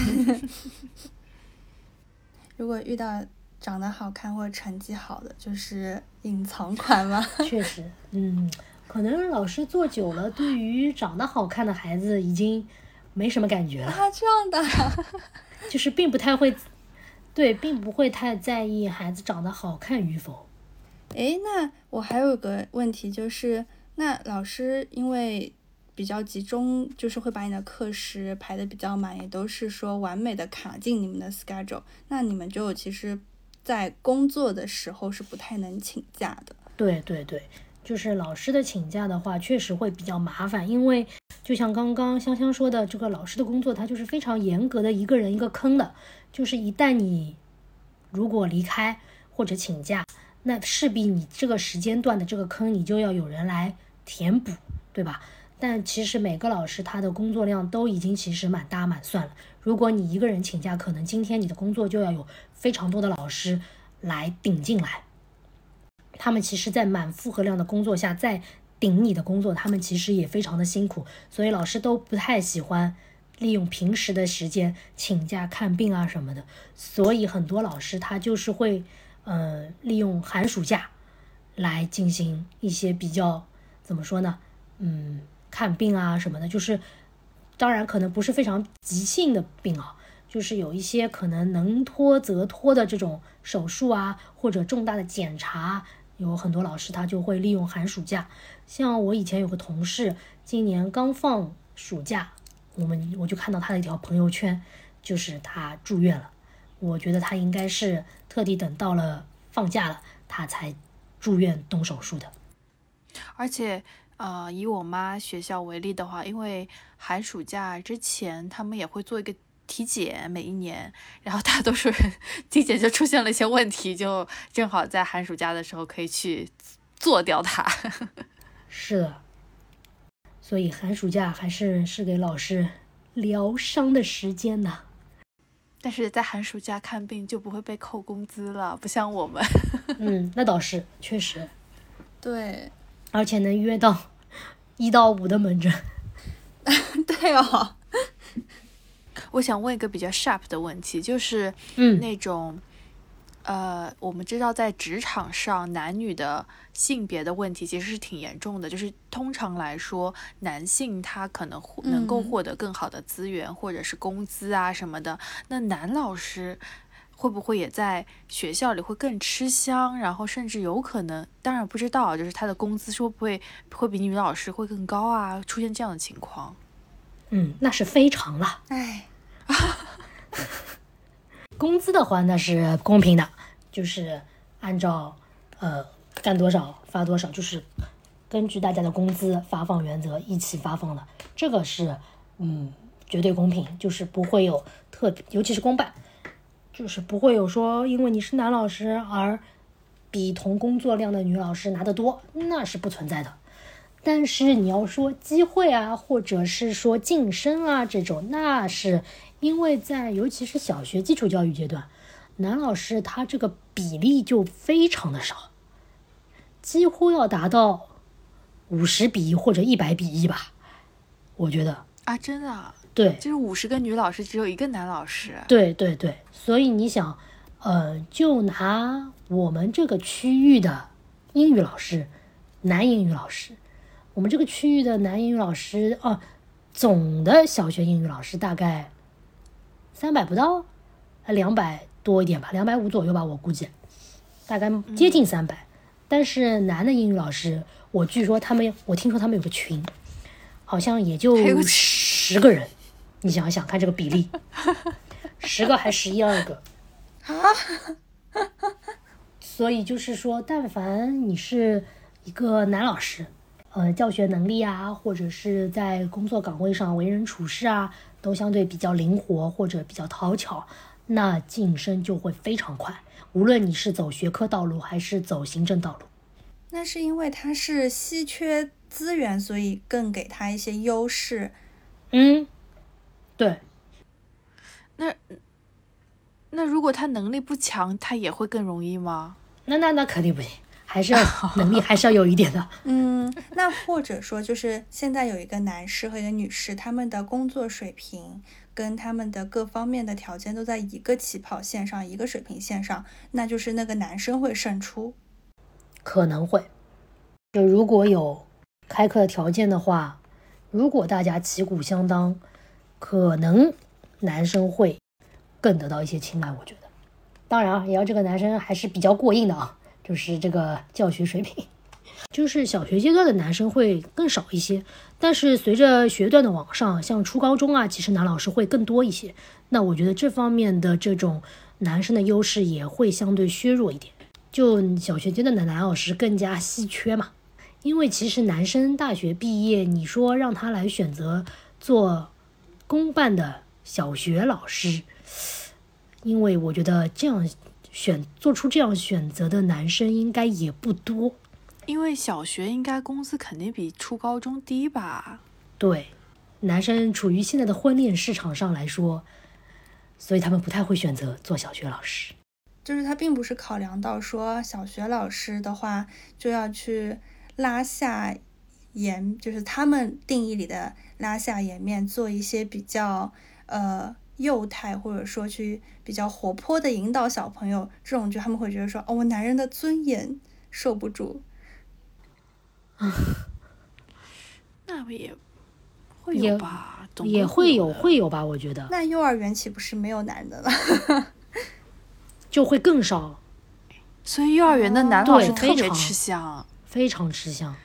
如果遇到长得好看或者成绩好的，就是隐藏款吗？ 确实，嗯，可能老师做久了，对于长得好看的孩子已经没什么感觉了啊，这样的， 就是并不太会，对，并不会太在意孩子长得好看与否。 诶，那我还有个问题，就是那老师因为比较集中，就是会把你的课时排的比较满，也都是说完美的卡进你们的 schedule， 那你们就其实在工作的时候是不太能请假的。 对对对，就是老师的请假的话确实会比较麻烦，因为就像刚刚香香说的，这个老师的工作他就是非常严格的一个人一个坑的，就是一旦你如果离开或者请假，那势必你这个时间段的这个坑你就要有人来填补，对吧？但其实每个老师他的工作量都已经其实满搭满算了，如果你一个人请假，可能今天你的工作就要有非常多的老师来顶进来，他们其实在满负荷量的工作下在顶你的工作，他们其实也非常的辛苦，所以老师都不太喜欢利用平时的时间请假看病啊什么的，所以很多老师他就是会呃利用寒暑假来进行一些比较怎么说呢嗯看病啊什么的，就是当然可能不是非常急性的病啊，就是有一些可能能拖则拖的这种手术啊，或者重大的检查，有很多老师他就会利用寒暑假。像我以前有个同事，今年刚放暑假，我们我就看到他的一条朋友圈，就是他住院了。我觉得他应该是特地等到了放假了，他才住院动手术的。 而且呃，以我妈学校为例的话，因为寒暑假之前他们也会做一个体检，每一年，然后大多数人体检就出现了一些问题，就正好在寒暑假的时候可以去做掉它。 是的，所以寒暑假还是是给老师疗伤的时间呢。 但是在寒暑假看病就不会被扣工资了，不像我们。 嗯，那倒是，确实。 对， 而且能约到一到五的门诊。 对哦。 我想问一个比较 sharp 的问题，就是嗯， 那种呃，我们知道在职场上男女的性别的问题其实是挺严重的，就是通常来说男性他可能能够获得更好的资源、嗯、或者是工资啊什么的，那男老师会不会也在学校里会更吃香，然后甚至有可能，当然不知道就是他的工资会不会会比女老师会更高啊，出现这样的情况？ 嗯，那是非常了。 哎， 工资的话那是公平的，就是按照呃干多少发多少，就是根据大家的工资发放原则一起发放的，这个是嗯绝对公平，就是不会有特别，尤其是公办，就是不会有说因为你是男老师而比同工作量的女老师拿得多，那是不存在的。但是你要说机会啊，或者是说晋升啊这种，那是因为在尤其是小学基础教育阶段，男老师他这个比例就非常的少，几乎要达到五十比一或者一百比一吧，我觉得啊，真的啊？ 对， 就是五十个女老师只有一个男老师。 对对对，所以你想呃，就拿我们这个区域的英语老师，男英语老师，我们这个区域的男英语老师哦，总的小学英语老师大概三百不到，两百多一点吧，两百五左右吧，我估计大概接近三百、嗯。但是男的英语老师，我据说他们，我听说他们有个群，好像也就十个人，你想想看这个比例，十个还十一二个啊！所以就是说，但凡你是一个男老师，呃，教学能力啊，或者是在工作岗位上为人处事啊，都相对比较灵活或者比较讨巧，那晋升就会非常快。无论你是走学科道路还是走行政道路。 那是因为他是稀缺资源，所以更给他一些优势。 嗯，对。 那那如果他能力不强，他也会更容易吗？ 那那那肯定不行，还是要能力还是要有一点的。 嗯，那或者说就是现在有一个男士和一个女士，他们的工作水平跟他们的各方面的条件都在一个起跑线上，一个水平线上，那就是那个男生会胜出。 可能会，就如果有开课条件的话，如果大家旗鼓相当，可能男生会更得到一些青睐，我觉得。当然啊，也要这个男生还是比较过硬的啊，就是这个教学水平。 就是小学阶段的男生会更少一些，但是随着学段的往上，像初高中啊，其实男老师会更多一些。那我觉得这方面的这种男生的优势也会相对削弱一点，就小学阶段的男老师更加稀缺嘛。因为其实男生大学毕业，你说让他来选择做公办的小学老师，因为我觉得这样选做出这样选择的男生应该也不多。 因为小学应该工资肯定比初高中低吧？ 对，男生处于现在的婚恋市场上来说，所以他们不太会选择做小学老师。 就是他并不是考量到说小学老师的话就要去拉下颜，就是他们定义里的拉下颜面，做一些比较呃幼态或者说去比较活泼的引导小朋友，这种就他们会觉得说哦，我男人的尊严受不住。 那也会有吧， 也, 也会有会有吧，我觉得。 那幼儿园岂不是没有男的了？ 就会更少。 所以幼儿园的男老师特别吃香， 非常吃香。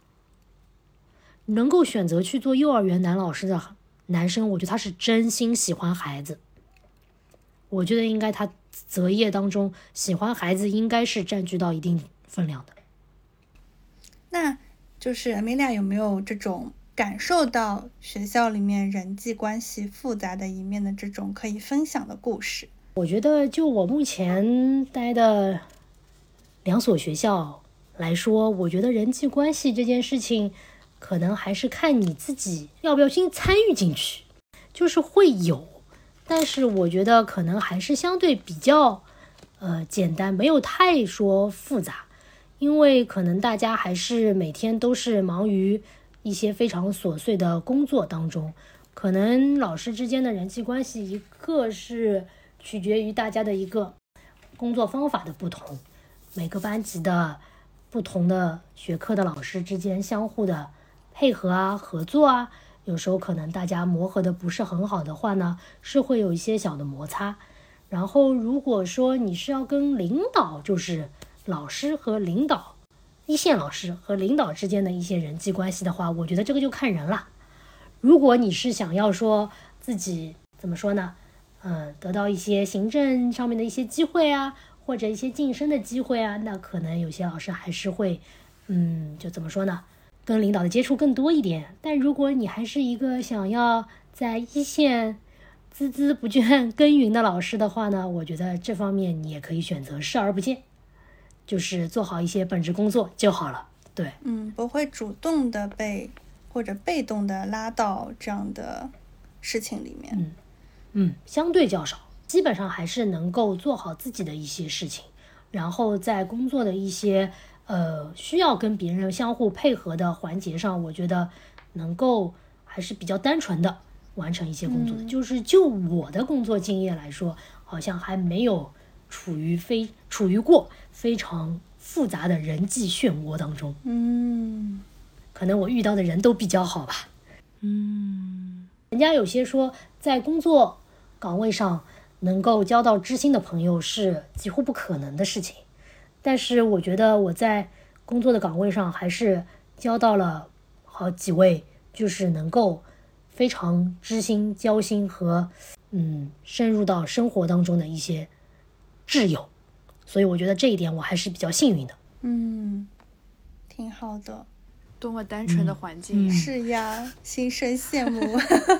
能够选择去做幼儿园男老师的男生，我觉得他是真心喜欢孩子。我觉得应该他择业当中喜欢孩子应该是占据到一定分量的。 那就是 Amelia 有没有这种感受到学校里面人际关系复杂的一面的这种可以分享的故事？ 我觉得就我目前待的两所学校来说，我觉得人际关系这件事情可能还是看你自己要不要去参与进去，就是会有，但是我觉得可能还是相对比较呃简单，没有太说复杂，因为可能大家还是每天都是忙于一些非常琐碎的工作当中，可能老师之间的人际关系一个是取决于大家的一个工作方法的不同，每个班级的不同的学科的老师之间相互的配合啊合作啊，有时候可能大家磨合的不是很好的话呢，是会有一些小的摩擦。然后如果说你是要跟领导，就是老师和领导，一线老师和领导之间的一些人际关系的话，我觉得这个就看人了。如果你是想要说自己怎么说呢，嗯，得到一些行政上面的一些机会啊，或者一些晋升的机会啊，那可能有些老师还是会，嗯，就怎么说呢，跟领导的接触更多一点。但如果你还是一个想要在一线孜孜不倦耕耘的老师的话呢，我觉得这方面你也可以选择视而不见，就是做好一些本职工作就好了。对， 嗯，不会主动的被或者被动的拉到这样的事情里面。 嗯嗯，相对较少，基本上还是能够做好自己的一些事情，然后在工作的一些呃需要跟别人相互配合的环节上，我觉得能够还是比较单纯的完成一些工作的。嗯、就是就我的工作经验来说，好像还没有处于非处于过非常复杂的人际漩涡当中。 嗯， 可能我遇到的人都比较好吧。 嗯， 人家有些说在工作岗位上能够交到知心的朋友是几乎不可能的事情，但是我觉得我在工作的岗位上还是交到了好几位就是能够非常知心交心和嗯深入到生活当中的一些挚友，所以我觉得这一点我还是比较幸运的。 嗯，挺好的。 多么单纯的环境、 嗯、是呀，心生羡慕。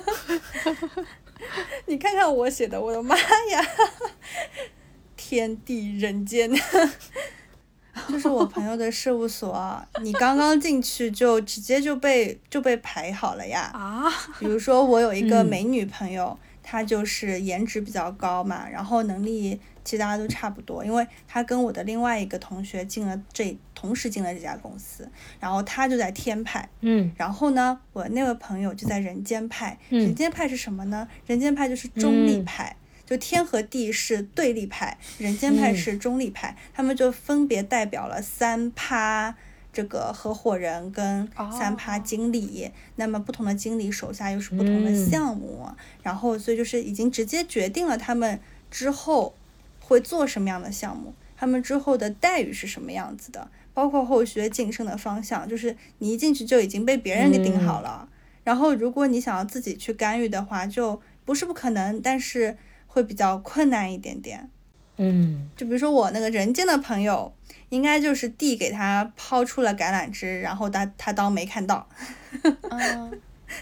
你看看我写的，我的妈呀，天地人间。就是我朋友的事务所，你刚刚进去就直接就被就被排好了呀。 啊， 比如说我有一个美女朋友、嗯、她就是颜值比较高嘛，然后能力其实大家都差不多，因为她跟我的另外一个同学进了这同时进了这家公司，然后她就在天派， 嗯， 然后呢我那位朋友就在人间派、 嗯、 人间派是什么呢？人间派就是中立派、嗯，就天和地是对立派，人间派是中立派、嗯、他们就分别代表了三趴这个合伙人跟三趴经理、哦、那么不同的经理手下又是不同的项目、嗯、然后所以就是已经直接决定了他们之后会做什么样的项目，他们之后的待遇是什么样子的， 包括后续晋升的方向，就是你一进去就已经被别人给定好了、嗯、然后如果你想要自己去干预的话，就不是不可能，但是会比较困难一点点。 嗯， 就比如说我那个人间的朋友，应该就是地给他抛出了橄榄枝，然后他他当没看到。 嗯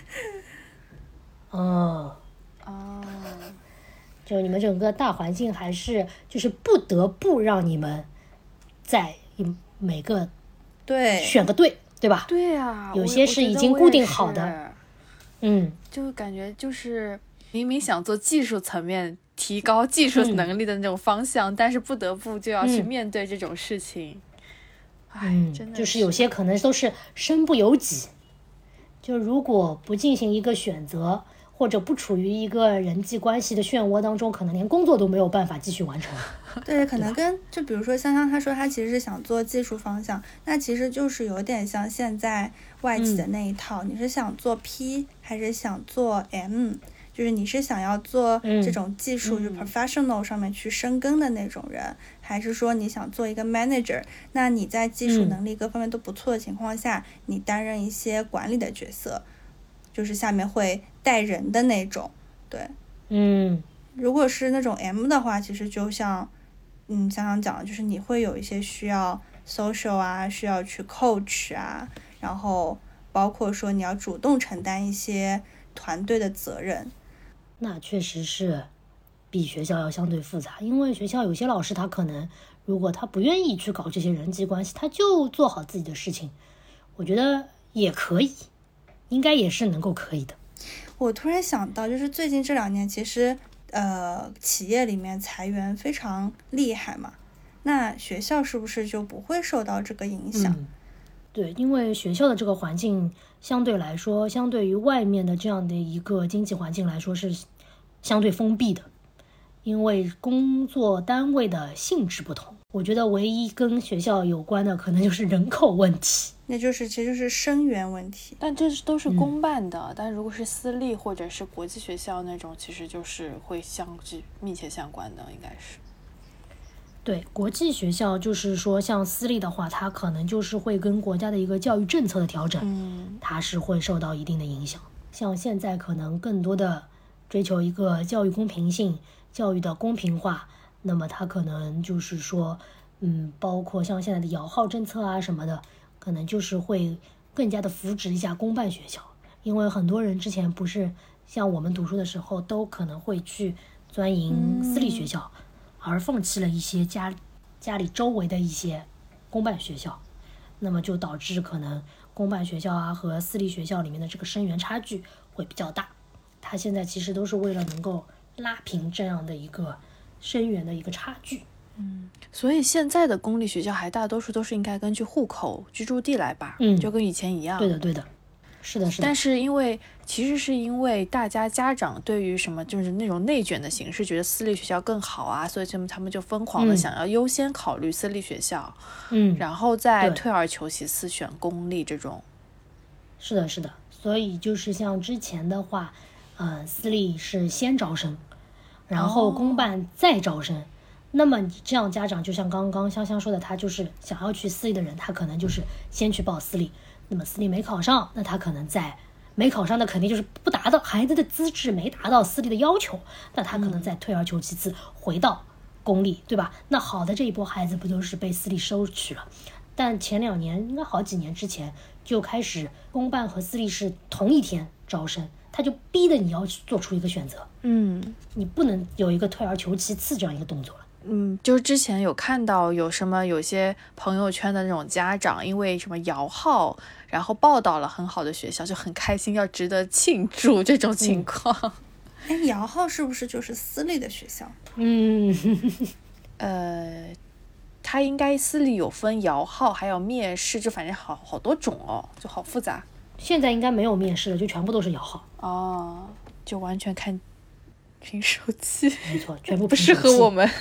哦哦， 就你们整个大环境还是就是不得不让你们在每个对选个队，对吧？ 对啊， 有些是已经固定好的。嗯， 就感觉就是明明想做技术层面提高技术能力的那种方向、嗯、但是不得不就要去面对这种事情。 嗯， 真的就是有些可能都是身不由己，就如果不进行一个选择，或者不处于一个人际关系的漩涡当中，可能连工作都没有办法继续完成。 对，可能跟就比如说香香她说她其实是想做技术方向，那其实就是有点像现在外企的那一套、嗯、你是想做 P 还是想做 M， 就是你是想要做这种技术、嗯、就 professional 上面去深耕的那种人、嗯、还是说你想做一个 manager， 那你在技术能力各方面都不错的情况下、嗯、你担任一些管理的角色，就是下面会带人的那种。对， 嗯， 如果是那种 M 的话，其实就像嗯香香讲的，就是你会有一些需要 social 啊，需要去 coach 啊，然后包括说你要主动承担一些团队的责任。 那确实是比学校要相对复杂，因为学校有些老师他可能如果他不愿意去搞这些人际关系，他就做好自己的事情，我觉得也可以，应该也是能够可以的。 我突然想到，就是最近这两年其实呃企业里面裁员非常厉害嘛，那学校是不是就不会受到这个影响？ 嗯，对，因为学校的这个环境相对来说，相对于外面的这样的一个经济环境来说是相对封闭的，因为工作单位的性质不同。我觉得唯一跟学校有关的可能就是人口问题， 那就是其实就是生源问题。 但这都是公办的、嗯、但如果是私立或者是国际学校那种，其实就是会相密切相关的，应该是。 对，国际学校就是说像私立的话，它可能就是会跟国家的一个教育政策的调整、嗯、它是会受到一定的影响。像现在可能更多的追求一个教育公平性，教育的公平化，那么它可能就是说嗯，包括像现在的摇号政策啊什么的，可能就是会更加的扶植一下公办学校。因为很多人之前不是像我们读书的时候都可能会去钻营私立学校、嗯、而放弃了一些家家里周围的一些公办学校，那么就导致可能公办学校啊和私立学校里面的这个生源差距会比较大。它现在其实都是为了能够拉平这样的一个生源的一个差距。 嗯，所以现在的公立学校还大多数都是应该根据户口居住地来吧， 嗯， 就跟以前一样。 对的对的，是的是的。 但是因为其实是因为大家家长对于什么就是那种内卷的形式觉得私立学校更好啊，所以他们就疯狂的想要优先考虑私立学校， 嗯， 然后再退而求其次选公立这种。 是的是的，所以就是像之前的话呃，私立是先招生，然后公办再招生、哦、那么你这样家长就像刚刚香香说的，他就是想要去私立的人，他可能就是先去报私立，那么私立没考上，那他可能在没考上的肯定就是不达到孩子的资质没达到私立的要求，那他可能再退而求其次、嗯、回到公立，对吧？那好的这一波孩子不都是被私立收取了，但前两年应该好几年之前就开始公办和私立是同一天招生，他就逼得你要做出一个选择， 嗯， 你不能有一个退而求其次这样一个动作了。 嗯，就是之前有看到有什么有些朋友圈的那种家长因为什么摇号然后报到了很好的学校就很开心，要值得庆祝这种情况。 哎、嗯，摇号是不是就是私立的学校？ 嗯， 呃它应该私立有分摇号还有面试，就反正好好多种哦，就好复杂。 现在应该没有面试了，就全部都是摇号。 哦，就完全看凭手气。 没错，全部不适合我们。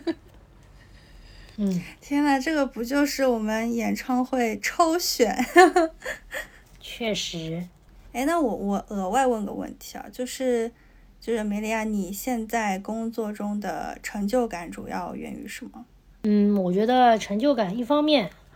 嗯， 天哪，这个不就是我们演唱会抽选？ 确实。 哎，那我我额外问个问题啊，就是就是梅利亚，你现在工作中的成就感主要源于什么？ 嗯，我觉得成就感一方面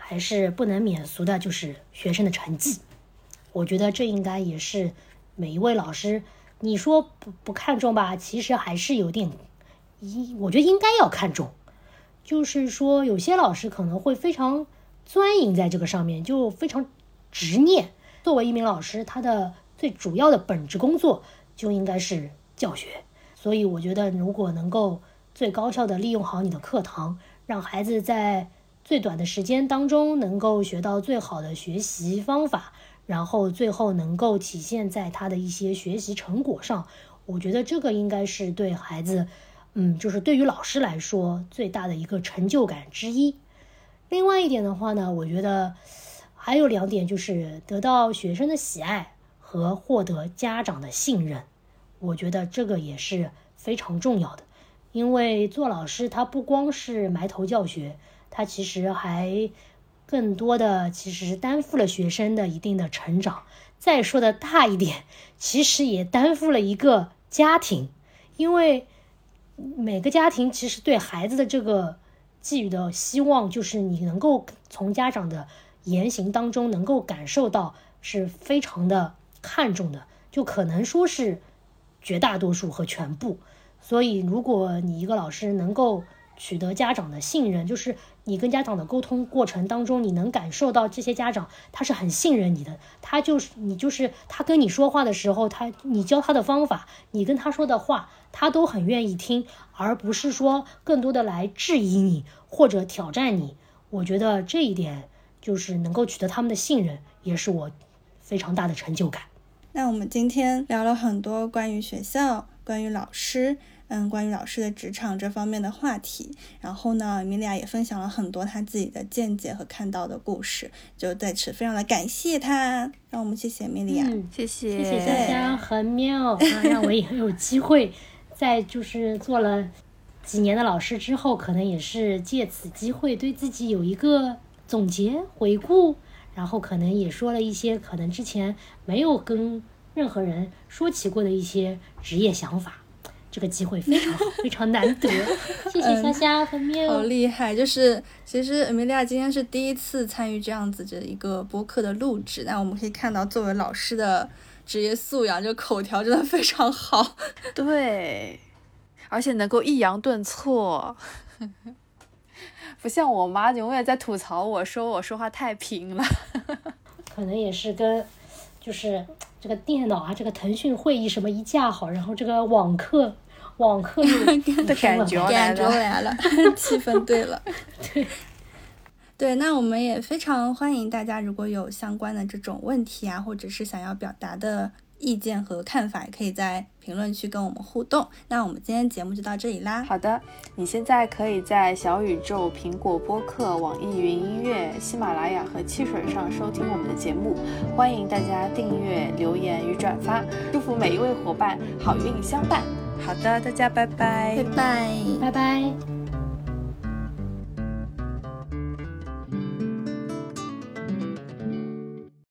还是不能免俗的，就是学生的成绩。我觉得这应该也是每一位老师，你说不不看重吧，其实还是有点，我觉得应该要看重。就是说有些老师可能会非常钻营在这个上面，就非常执念。作为一名老师，他的最主要的本职工作就应该是教学，所以我觉得如果能够最高效的利用好你的课堂，让孩子在最短的时间当中能够学到最好的学习方法，然后最后能够体现在他的一些学习成果上，我觉得这个应该是对孩子嗯，就是对于老师来说最大的一个成就感之一。另外一点的话呢，我觉得还有两点，就是得到学生的喜爱和获得家长的信任，我觉得这个也是非常重要的。因为做老师他不光是埋头教学，他其实还更多的其实担负了学生的一定的成长。再说的大一点，其实也担负了一个家庭，因为每个家庭其实对孩子的这个寄予的希望，就是你能够从家长的言行当中能够感受到是非常的看重的，就可能说是绝大多数和全部。所以如果你一个老师能够取得家长的信任，就是你跟家长的沟通过程当中，你能感受到这些家长他是很信任你的，他就是你就是他跟你说话的时候，他你教他的方法，你跟他说的话，他都很愿意听，而不是说更多的来质疑你或者挑战你。我觉得这一点就是能够取得他们的信任，也是我非常大的成就感。 那我们今天聊了很多关于学校、关于老师嗯，关于老师的职场这方面的话题，然后呢，米莉亚也分享了很多她自己的见解和看到的故事，就在此非常的感谢她，让我们谢谢米莉亚、 嗯、 谢谢谢谢大家，很妙啊，让我也有机会在就是做了几年的老师之后，可能也是借此机会对自己有一个总结回顾，然后可能也说了一些可能之前没有跟任何人说起过的一些职业想法。这个机会非常好，非常难得，谢谢夏夏，很妙、 嗯，好厉害！就是其实米莉亚今天是第一次参与这样子的一个播客的录制，那我们可以看到作为老师的职业素养，就口条真的非常好。 对，而且能够抑扬顿挫，不像我妈永远在吐槽我说我说话太平了。 可能也是跟就是这个电脑啊，这个腾讯会议什么一架好，然后这个网课网课的感觉感觉来了，气氛对了。 对对，那我们也非常欢迎大家，如果有相关的这种问题啊，或者是想要表达的意见和看法，也可以在评论区跟我们互动。那我们今天节目就到这里啦。 好的，你现在可以在小宇宙、苹果播客、网易云音乐、喜马拉雅和汽水上收听我们的节目，欢迎大家订阅、留言与转发，祝福每一位伙伴好运相伴。好的，大家拜拜， 拜拜， 拜拜。